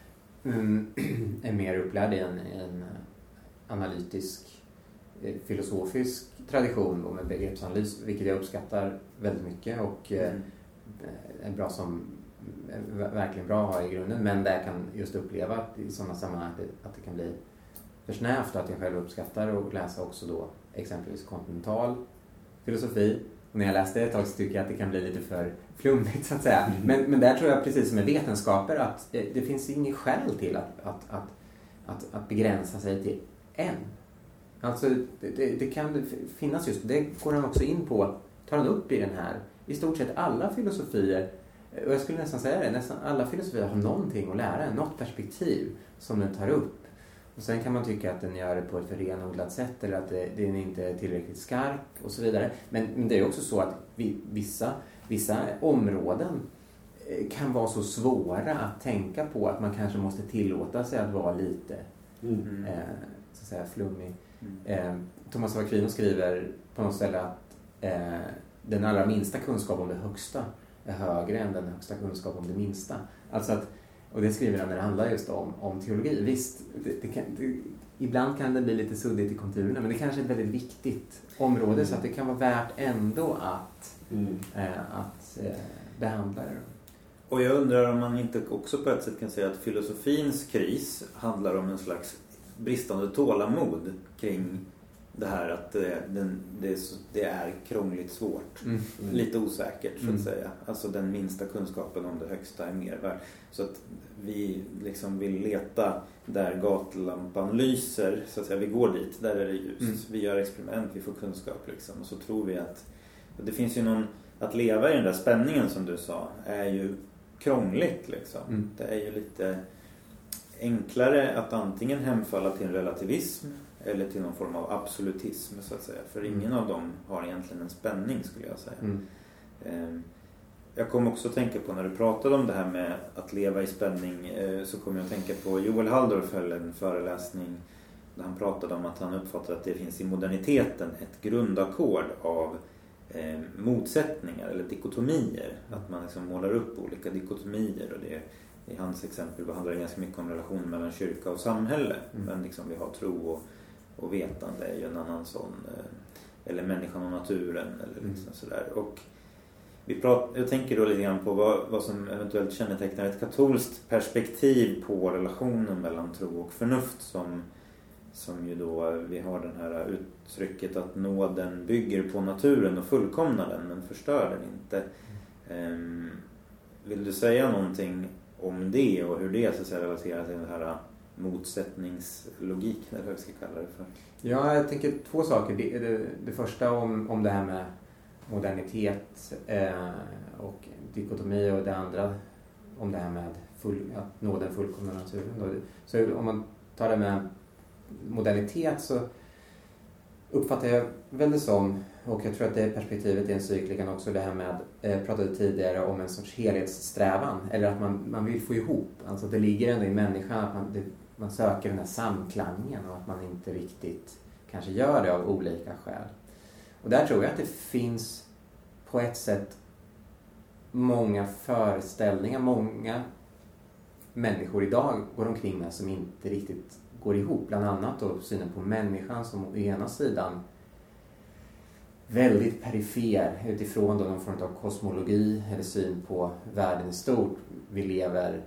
är mer upplärd i en analytisk filosofisk tradition och med begreppsanalys, vilket jag uppskattar väldigt mycket och är bra verkligen bra att ha i grunden, men där jag kan just uppleva att i sådana sammanhang att det kan bli för snävt, att jag själv uppskattar att läsa också då exempelvis kontinental filosofi. Och när jag läste det ett tag så tycker jag att det kan bli lite för flummigt så att säga. Men där tror jag precis som med vetenskaper att det finns ingen skäl till att begränsa sig till en. Alltså det kan finnas just, det går han också in på, tar han upp i den här, i stort sett alla filosofier, och jag skulle nästan säga det, nästan alla filosofier har någonting att lära, något perspektiv som den tar upp. Och sen kan man tycka att den gör det på ett för renodlat sätt eller att den inte är tillräckligt skarp och så vidare. Men det är också så att vissa områden kan vara så svåra att tänka på att man kanske måste tillåta sig att vara lite så att säga flummig. Thomas av Aquino skriver på något ställe att den allra minsta kunskap om det högsta är högre än den högsta kunskap om det minsta. Alltså att, och det skriver han när det handlar just om teologi. Visst, ibland kan det bli lite suddigt i konturerna, men det kanske är ett väldigt viktigt område så att det kan vara värt ändå att behandla det. Och jag undrar om man inte också på ett sätt kan säga att filosofins kris handlar om en slags bristande tålamod kring det här att det är krångligt svårt. Lite osäkert så att säga. Alltså den minsta kunskapen om det högsta är mer värd. Så att vi liksom vill leta där gatlampan lyser, så att säga. Vi går dit, där är det ljust. Vi gör experiment, vi får kunskap liksom. Och så tror vi att det finns ju att leva i den där spänningen som du sa är ju krångligt liksom. Det är ju lite enklare att antingen hemfalla till en relativism eller till någon form av absolutism så att säga. För ingen av dem har egentligen en spänning skulle jag säga. Jag kom också att tänka på när du pratade om det här med att leva i spänning, så kom jag att tänka på Joel Halldorf höll en föreläsning där han pratade om att han uppfattar att det finns i moderniteten ett grundackord av motsättningar eller dikotomier. Att man liksom målar upp olika dikotomier och det i hans exempel handlar det ganska mycket om relationen mellan kyrka och samhälle. Men liksom vi har tro och vetande är ju en annan sån, eller människan och naturen eller liksom sådär. Och jag tänker då lite grann på vad som eventuellt kännetecknar ett katolskt perspektiv på relationen mellan tro och förnuft som ju då vi har den här uttrycket att nåden bygger på naturen och fullkomnar den men förstör den inte. Vill du säga någonting om det och hur det så att säga relaterar till den här motsättningslogik, eller vad vi ska kalla det för. Ja, jag tänker 2 saker. Det första om det här med modernitet och dikotomi, och det andra om det här med att nå den fullkomna naturen. Då. Så om man tar det med modernitet så uppfattar jag väl det som, och jag tror att det är perspektivet i encyklikan också, det här med, pratade tidigare om en sorts helhetssträvan, eller att man vill få ihop, alltså det ligger ändå i människan att man söker den här samklangen, och att man inte riktigt kanske gör det av olika skäl. Och där tror jag att det finns på ett sätt många föreställningar, många människor idag går omkring med som inte riktigt går ihop. Bland annat då synen på människan som å ena sidan väldigt perifer utifrån då någon form av kosmologi eller syn på världen i stort. Vi lever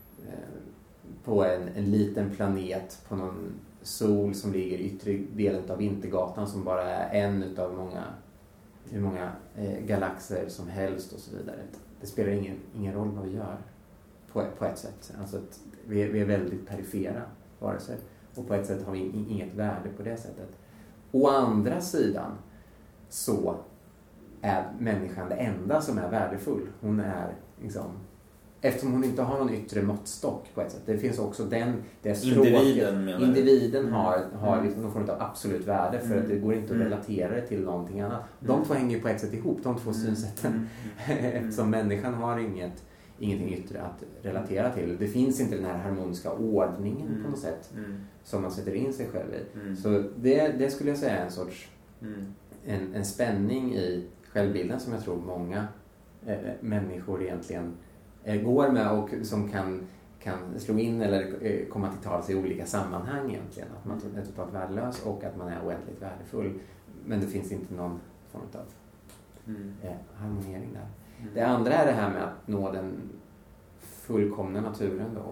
på en liten planet på någon sol som ligger i yttre delen av Vintergatan, som bara är en utav hur många galaxer som helst och så vidare. Det spelar ingen roll vad vi gör på ett sätt. Alltså att vi är väldigt perifera varelser, och på ett sätt har vi inget värde på det sättet. Å andra sidan så är människan det enda som är värdefull. Hon är liksom, eftersom hon inte har någon yttre måttstock på ett sätt. Det finns också det språket. Individen har liksom någon form av absolut värde, för att det går inte att relatera det till någonting annat. De två hänger ju på ett sätt ihop, de två synsätten. Eftersom människan har ingenting yttre att relatera till. Det finns inte den här harmoniska ordningen på något sätt som man sätter in sig själv i. Så det skulle jag säga är en sorts en spänning i självbilden som jag tror många människor egentligen går med, och som kan slå in eller komma till tals i olika sammanhang egentligen. Att man är totalt värdelös och att man är oändligt värdefull. Men det finns inte någon form av harmonering där. Det andra är det här med att nå den fullkomna naturen då,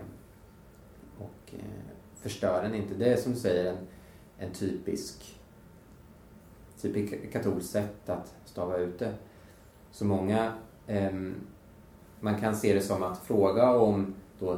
och förstöra den inte. Det är som du säger en typisk katolskt sätt att stava ut det. Så många man kan se det som att fråga om då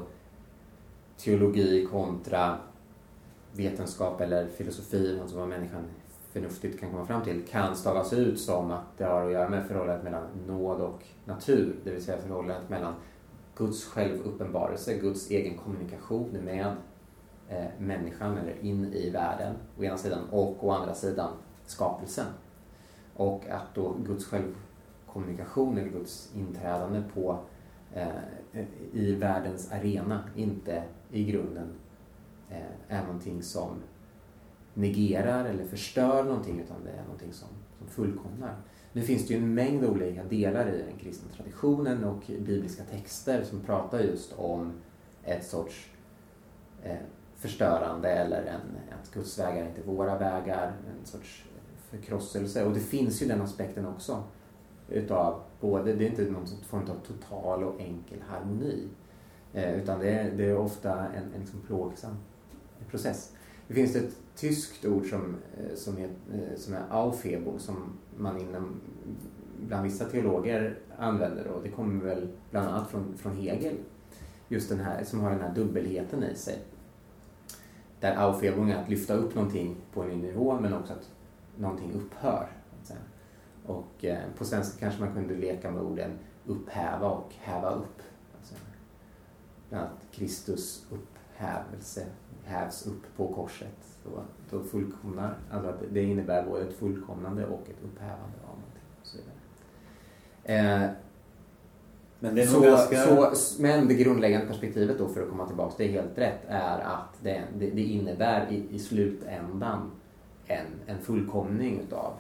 teologi kontra vetenskap eller filosofi, alltså vad människan förnuftigt kan komma fram till, kan stavas ut som att det har att göra med förhållandet mellan nåd och natur, det vill säga förhållandet mellan Guds självuppenbarelse, Guds egen kommunikation med människan eller in i världen å ena sidan, och å andra sidan skapelsen. Och att då Guds självkommunikation eller Guds inträdande i världens arena inte i grunden är någonting som negerar eller förstör någonting, utan det är någonting som fullkomnar. Nu finns det ju en mängd olika delar i den kristna traditionen och bibliska texter som pratar just om ett sorts förstörande, eller att Guds vägar är inte våra vägar, en sorts förkrosselse. Och det finns ju den aspekten också utav både, det är inte någon form av total och enkel harmoni, utan det är ofta en liksom plågsam process. Det finns ett tyskt ord som är Aufhebung, som man bland vissa teologer använder, och det kommer väl bland annat från Hegel, just den här som har den här dubbelheten i sig, där Aufhebung är att lyfta upp någonting på en ny nivå, men också att någonting upphör. Och på svenska kanske man kunde leka med orden upphäva och häva upp. Alltså, bland annat Kristus upphävelse hävs upp på korset. Då fullkomnar, alltså att det innebär både ett fullkomnande och ett upphävande av någonting och så vidare. Men, det är men det grundläggande perspektivet då, för att komma tillbaka, det är helt rätt, är att det innebär i slutändan en fullkomning utav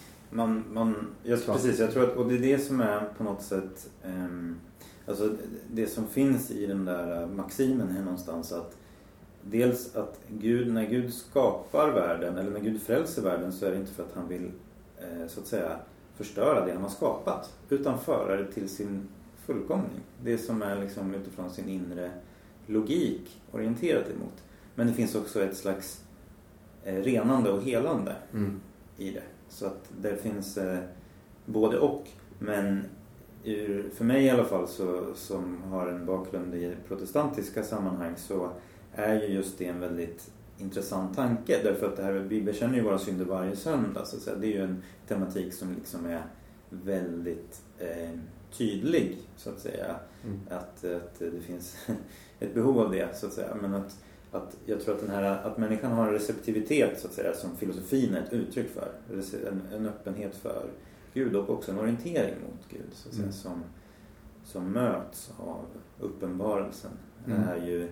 precis, jag tror att, och det är det som är på något sätt alltså det som finns i den där maximen här någonstans, att dels att när Gud skapar världen, eller när Gud frälser världen, så är det inte för att han vill så att säga förstöra det han har skapat, utan föra det till sin fullkomning. Det som är liksom utifrån sin inre logik orienterat emot. Men det finns också ett slags renande och helande i det. Så att det finns både och. Men för mig i alla fall, som har en bakgrund i protestantiska sammanhang, så är ju just det en väldigt intressant tanke. Därför att det här, vi bekänner ju våra synder varje söndag. Så att säga. Det är ju en tematik som liksom är väldigt tydlig, så att säga. Att det finns ett behov av det, så att säga. Men att jag tror att att människan har en receptivitet, så att säga, som filosofin är ett uttryck för. En öppenhet för Gud och också en orientering mot Gud, så att säga, som möts av uppenbarelsen. Det är ju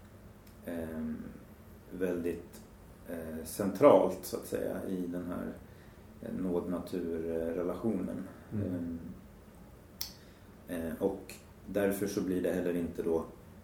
väldigt centralt, så att säga, i den här nåd-natur-relationen. Och därför så blir det heller inte då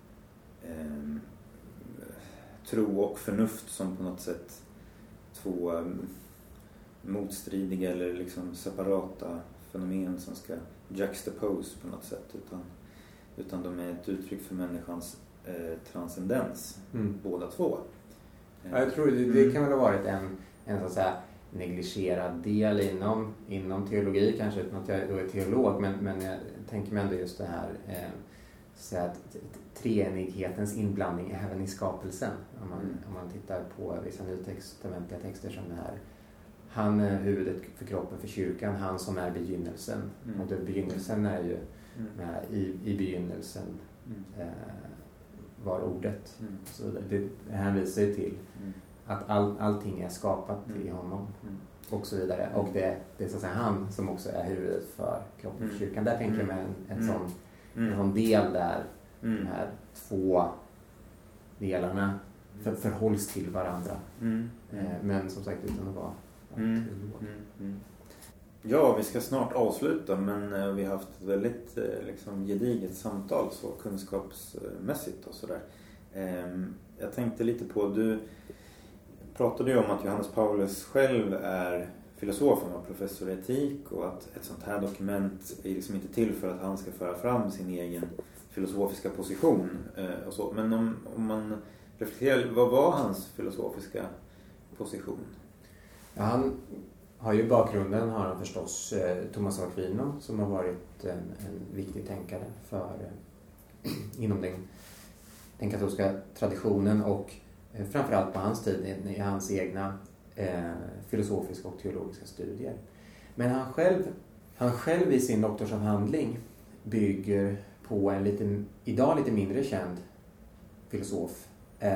tro och förnuft som på något sätt två motstridiga eller liksom separata fenomen som ska juxtapose på något sätt, utan de är ett uttryck för människans transcendens, båda två. Ja, jag tror det kan väl ha varit en så att säga negligerad del inom teologi, kanske utan att jag då är teolog, men jag tänker mig ändå just det här så att treenighetens inblandning även i skapelsen. Om man tittar på vissa nytestamentliga texter som det här: han är huvudet för kroppen, för kyrkan, han som är begynnelsen. Och det begynnelsen är ju i begynnelsen var ordet. Så det hänvisar ju till att allting är skapat i honom och så vidare. Och det är så att säga han som också är huvudet för kroppen, för kyrkan. Där tänker jag mig en sån del där de här två delarna förhålls till varandra. Men som sagt utan att vara Ja, vi ska snart avsluta, men vi har haft ett väldigt liksom gediget samtal så kunskapsmässigt och sådär. Jag tänkte lite på, du pratade ju om att Johannes Paulus själv är filosof och professor i etik, och att ett sånt här dokument är liksom inte till för att han ska föra fram sin egen filosofiska position och så. Men om man reflekterar, vad var hans filosofiska position? Ja, han har ju bakgrunden, har han förstås, Thomas av Aquino, som har varit en viktig tänkare inom den katolska traditionen, och framförallt på hans tid i hans egna filosofiska och teologiska studier. Men han själv i sin doktorsavhandling bygger på en idag lite mindre känd filosof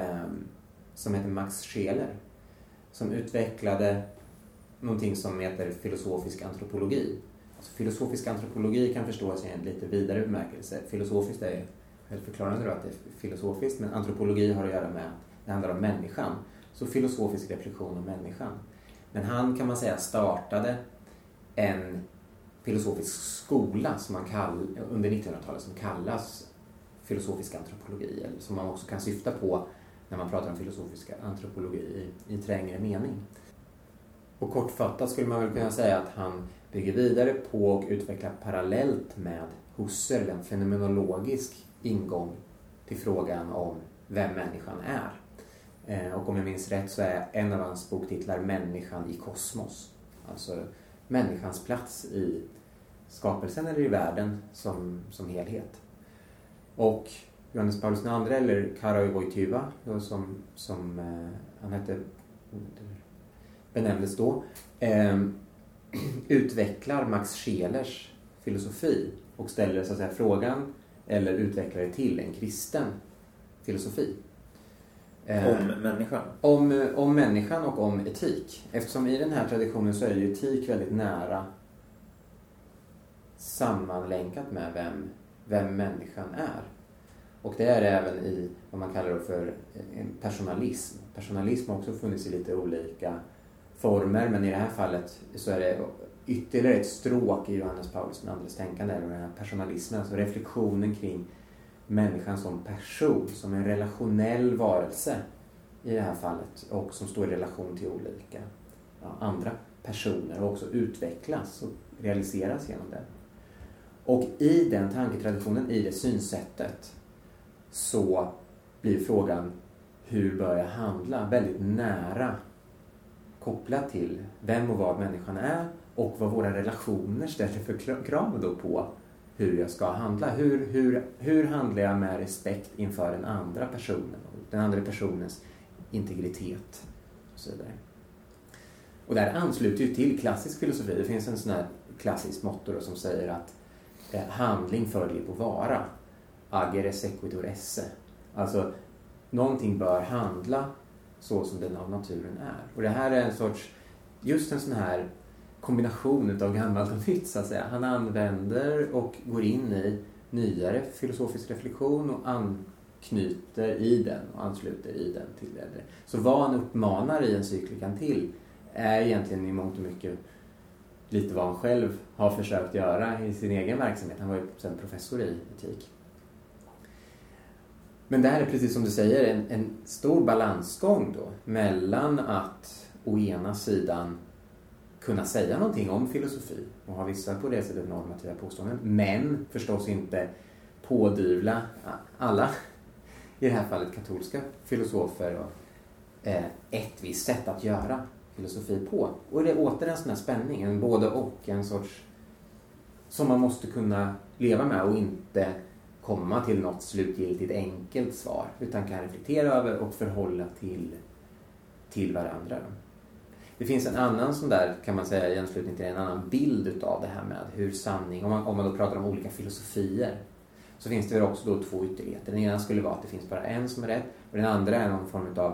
som heter Max Scheler, som utvecklade någonting som heter filosofisk antropologi. Alltså, filosofisk antropologi kan förstås i en lite vidare bemärkelse. Filosofiskt är självförklarande då att det är filosofiskt, men antropologi har att göra med, det handlar om människan. Så filosofisk reflektion om människan. Men han, kan man säga, startade en filosofisk skola som under 1900-talet som kallas filosofisk antropologi, eller som man också kan syfta på när man pratar om filosofisk antropologi i trängre mening. Och kortfattat skulle man väl kunna säga att han bygger vidare på och utvecklar parallellt med Husserl en fenomenologisk ingång till frågan om vem människan är. Och om jag minns rätt så är en av hans boktitlar Människan i kosmos. Alltså människans plats i skapelsen eller i världen som helhet. Och Johannes Paulus II, eller Karol Wojtyła, som han hette, benämndes då, utvecklar Max Schelers filosofi och ställer så att säga frågan, eller utvecklar det till en kristen filosofi. Om människan? Om människan och om etik. Eftersom i den här traditionen så är ju etik väldigt nära sammanlänkat med vem människan är. Och det är även i vad man kallar för en personalism. Personalism har också funnits i lite olika former, men i det här fallet så är det ytterligare ett stråk i Johannes Paulus II:s tänkande, eller den här personalismen, alltså reflektionen kring människan som person, som en relationell varelse i det här fallet, och som står i relation till olika andra personer och också utvecklas och realiseras genom det. Och i den tanketraditionen, i det synsättet, så blir frågan hur bör jag handla väldigt nära kopplat till vem och vad människan är och vad våra relationer ställer för krav då på hur jag ska handla. Hur handlar jag med respekt inför den andra personen och den andra personens integritet och så vidare. Och där ansluter ju till klassisk filosofi. Det finns en sån här klassisk motto då, som säger att handling följer på vara. Agere sequitur esse. Alltså, någonting bör handla så som den av naturen är. Och det här är en sorts, just en sån här kombination av gammalt och nytt så att säga. Han använder och går in i nyare filosofisk reflektion och anknyter i den och ansluter i den till det. Så vad han uppmanar i encyklikan till är egentligen i mångt och mycket lite vad han själv har försökt göra i sin egen verksamhet. Han var ju sen professor i etik. Men det här är precis som du säger en stor balansgång då mellan att å ena sidan kunna säga någonting om filosofi och ha vissa på det sättet normativa påståenden, men förstås inte pådyvla alla, i det här fallet katolska filosofer, och ett visst sätt att göra filosofi på. Och det är åter en sån här spänning, en både och, en sorts som man måste kunna leva med och inte komma till något slutgiltigt enkelt svar, utan kan reflektera över och förhålla till varandra. Det finns en annan sån där, kan man säga i anslutning till en annan bild utav det här med hur sanning, om man då pratar om olika filosofier, så finns det väl också då två ytterligheter. Den ena skulle vara att det finns bara en som är rätt, och den andra är någon form av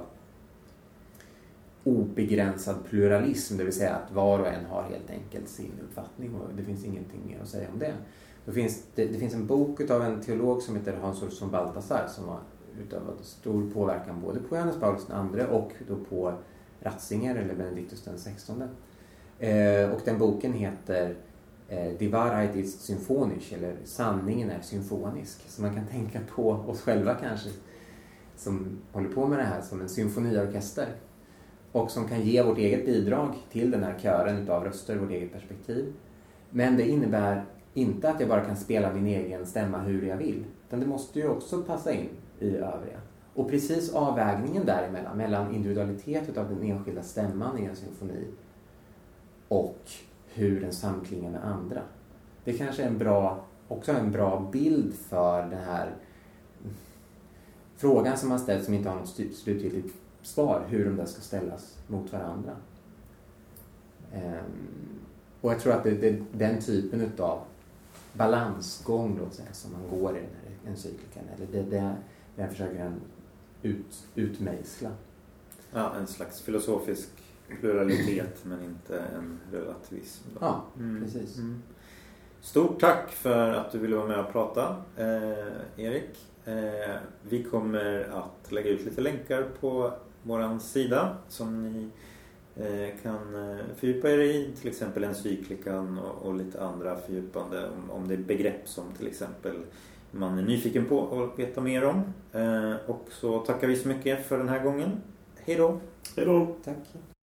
obegränsad pluralism, det vill säga att var och en har helt enkelt sin uppfattning och det finns ingenting mer att säga om det. Det finns en bok av en teolog som heter Hans Olsson Balthasar som har utövat stor påverkan både på Johannes Paulus II och då på Ratzinger eller Benedictus den 16. Och den boken heter Die Wahrheit ist symphonisch, eller sanningen är symfonisk. Så man kan tänka på oss själva kanske som håller på med det här som en symfoniorkester och som kan ge vårt eget bidrag till den här kören utav röster, vårt eget perspektiv. Men det innebär inte att jag bara kan spela min egen stämma hur jag vill, utan det måste ju också passa in i övriga. Och precis avvägningen däremellan, mellan individualitet av den enskilda stämman i en symfoni och hur den samklingar med andra. Det kanske är också en bra bild för den här frågan som man ställt som inte har något slutgiltigt svar, hur de där ska ställas mot varandra. Och jag tror att det är den typen av balansgång då, som man går i den här encyklikan, eller det försöker han utmejsla. Ja, en slags filosofisk pluralitet men inte en relativism. Då. Ja, precis. Stort tack för att du ville vara med och prata, Erik. Vi kommer att lägga ut lite länkar på våran sida som ni kan fördjupa er i, till exempel encyklikan och lite andra fördjupande om det är begrepp som till exempel man är nyfiken på och veta mer om. Och så tackar vi så mycket för den här gången. Hej då! Hej då! Tack!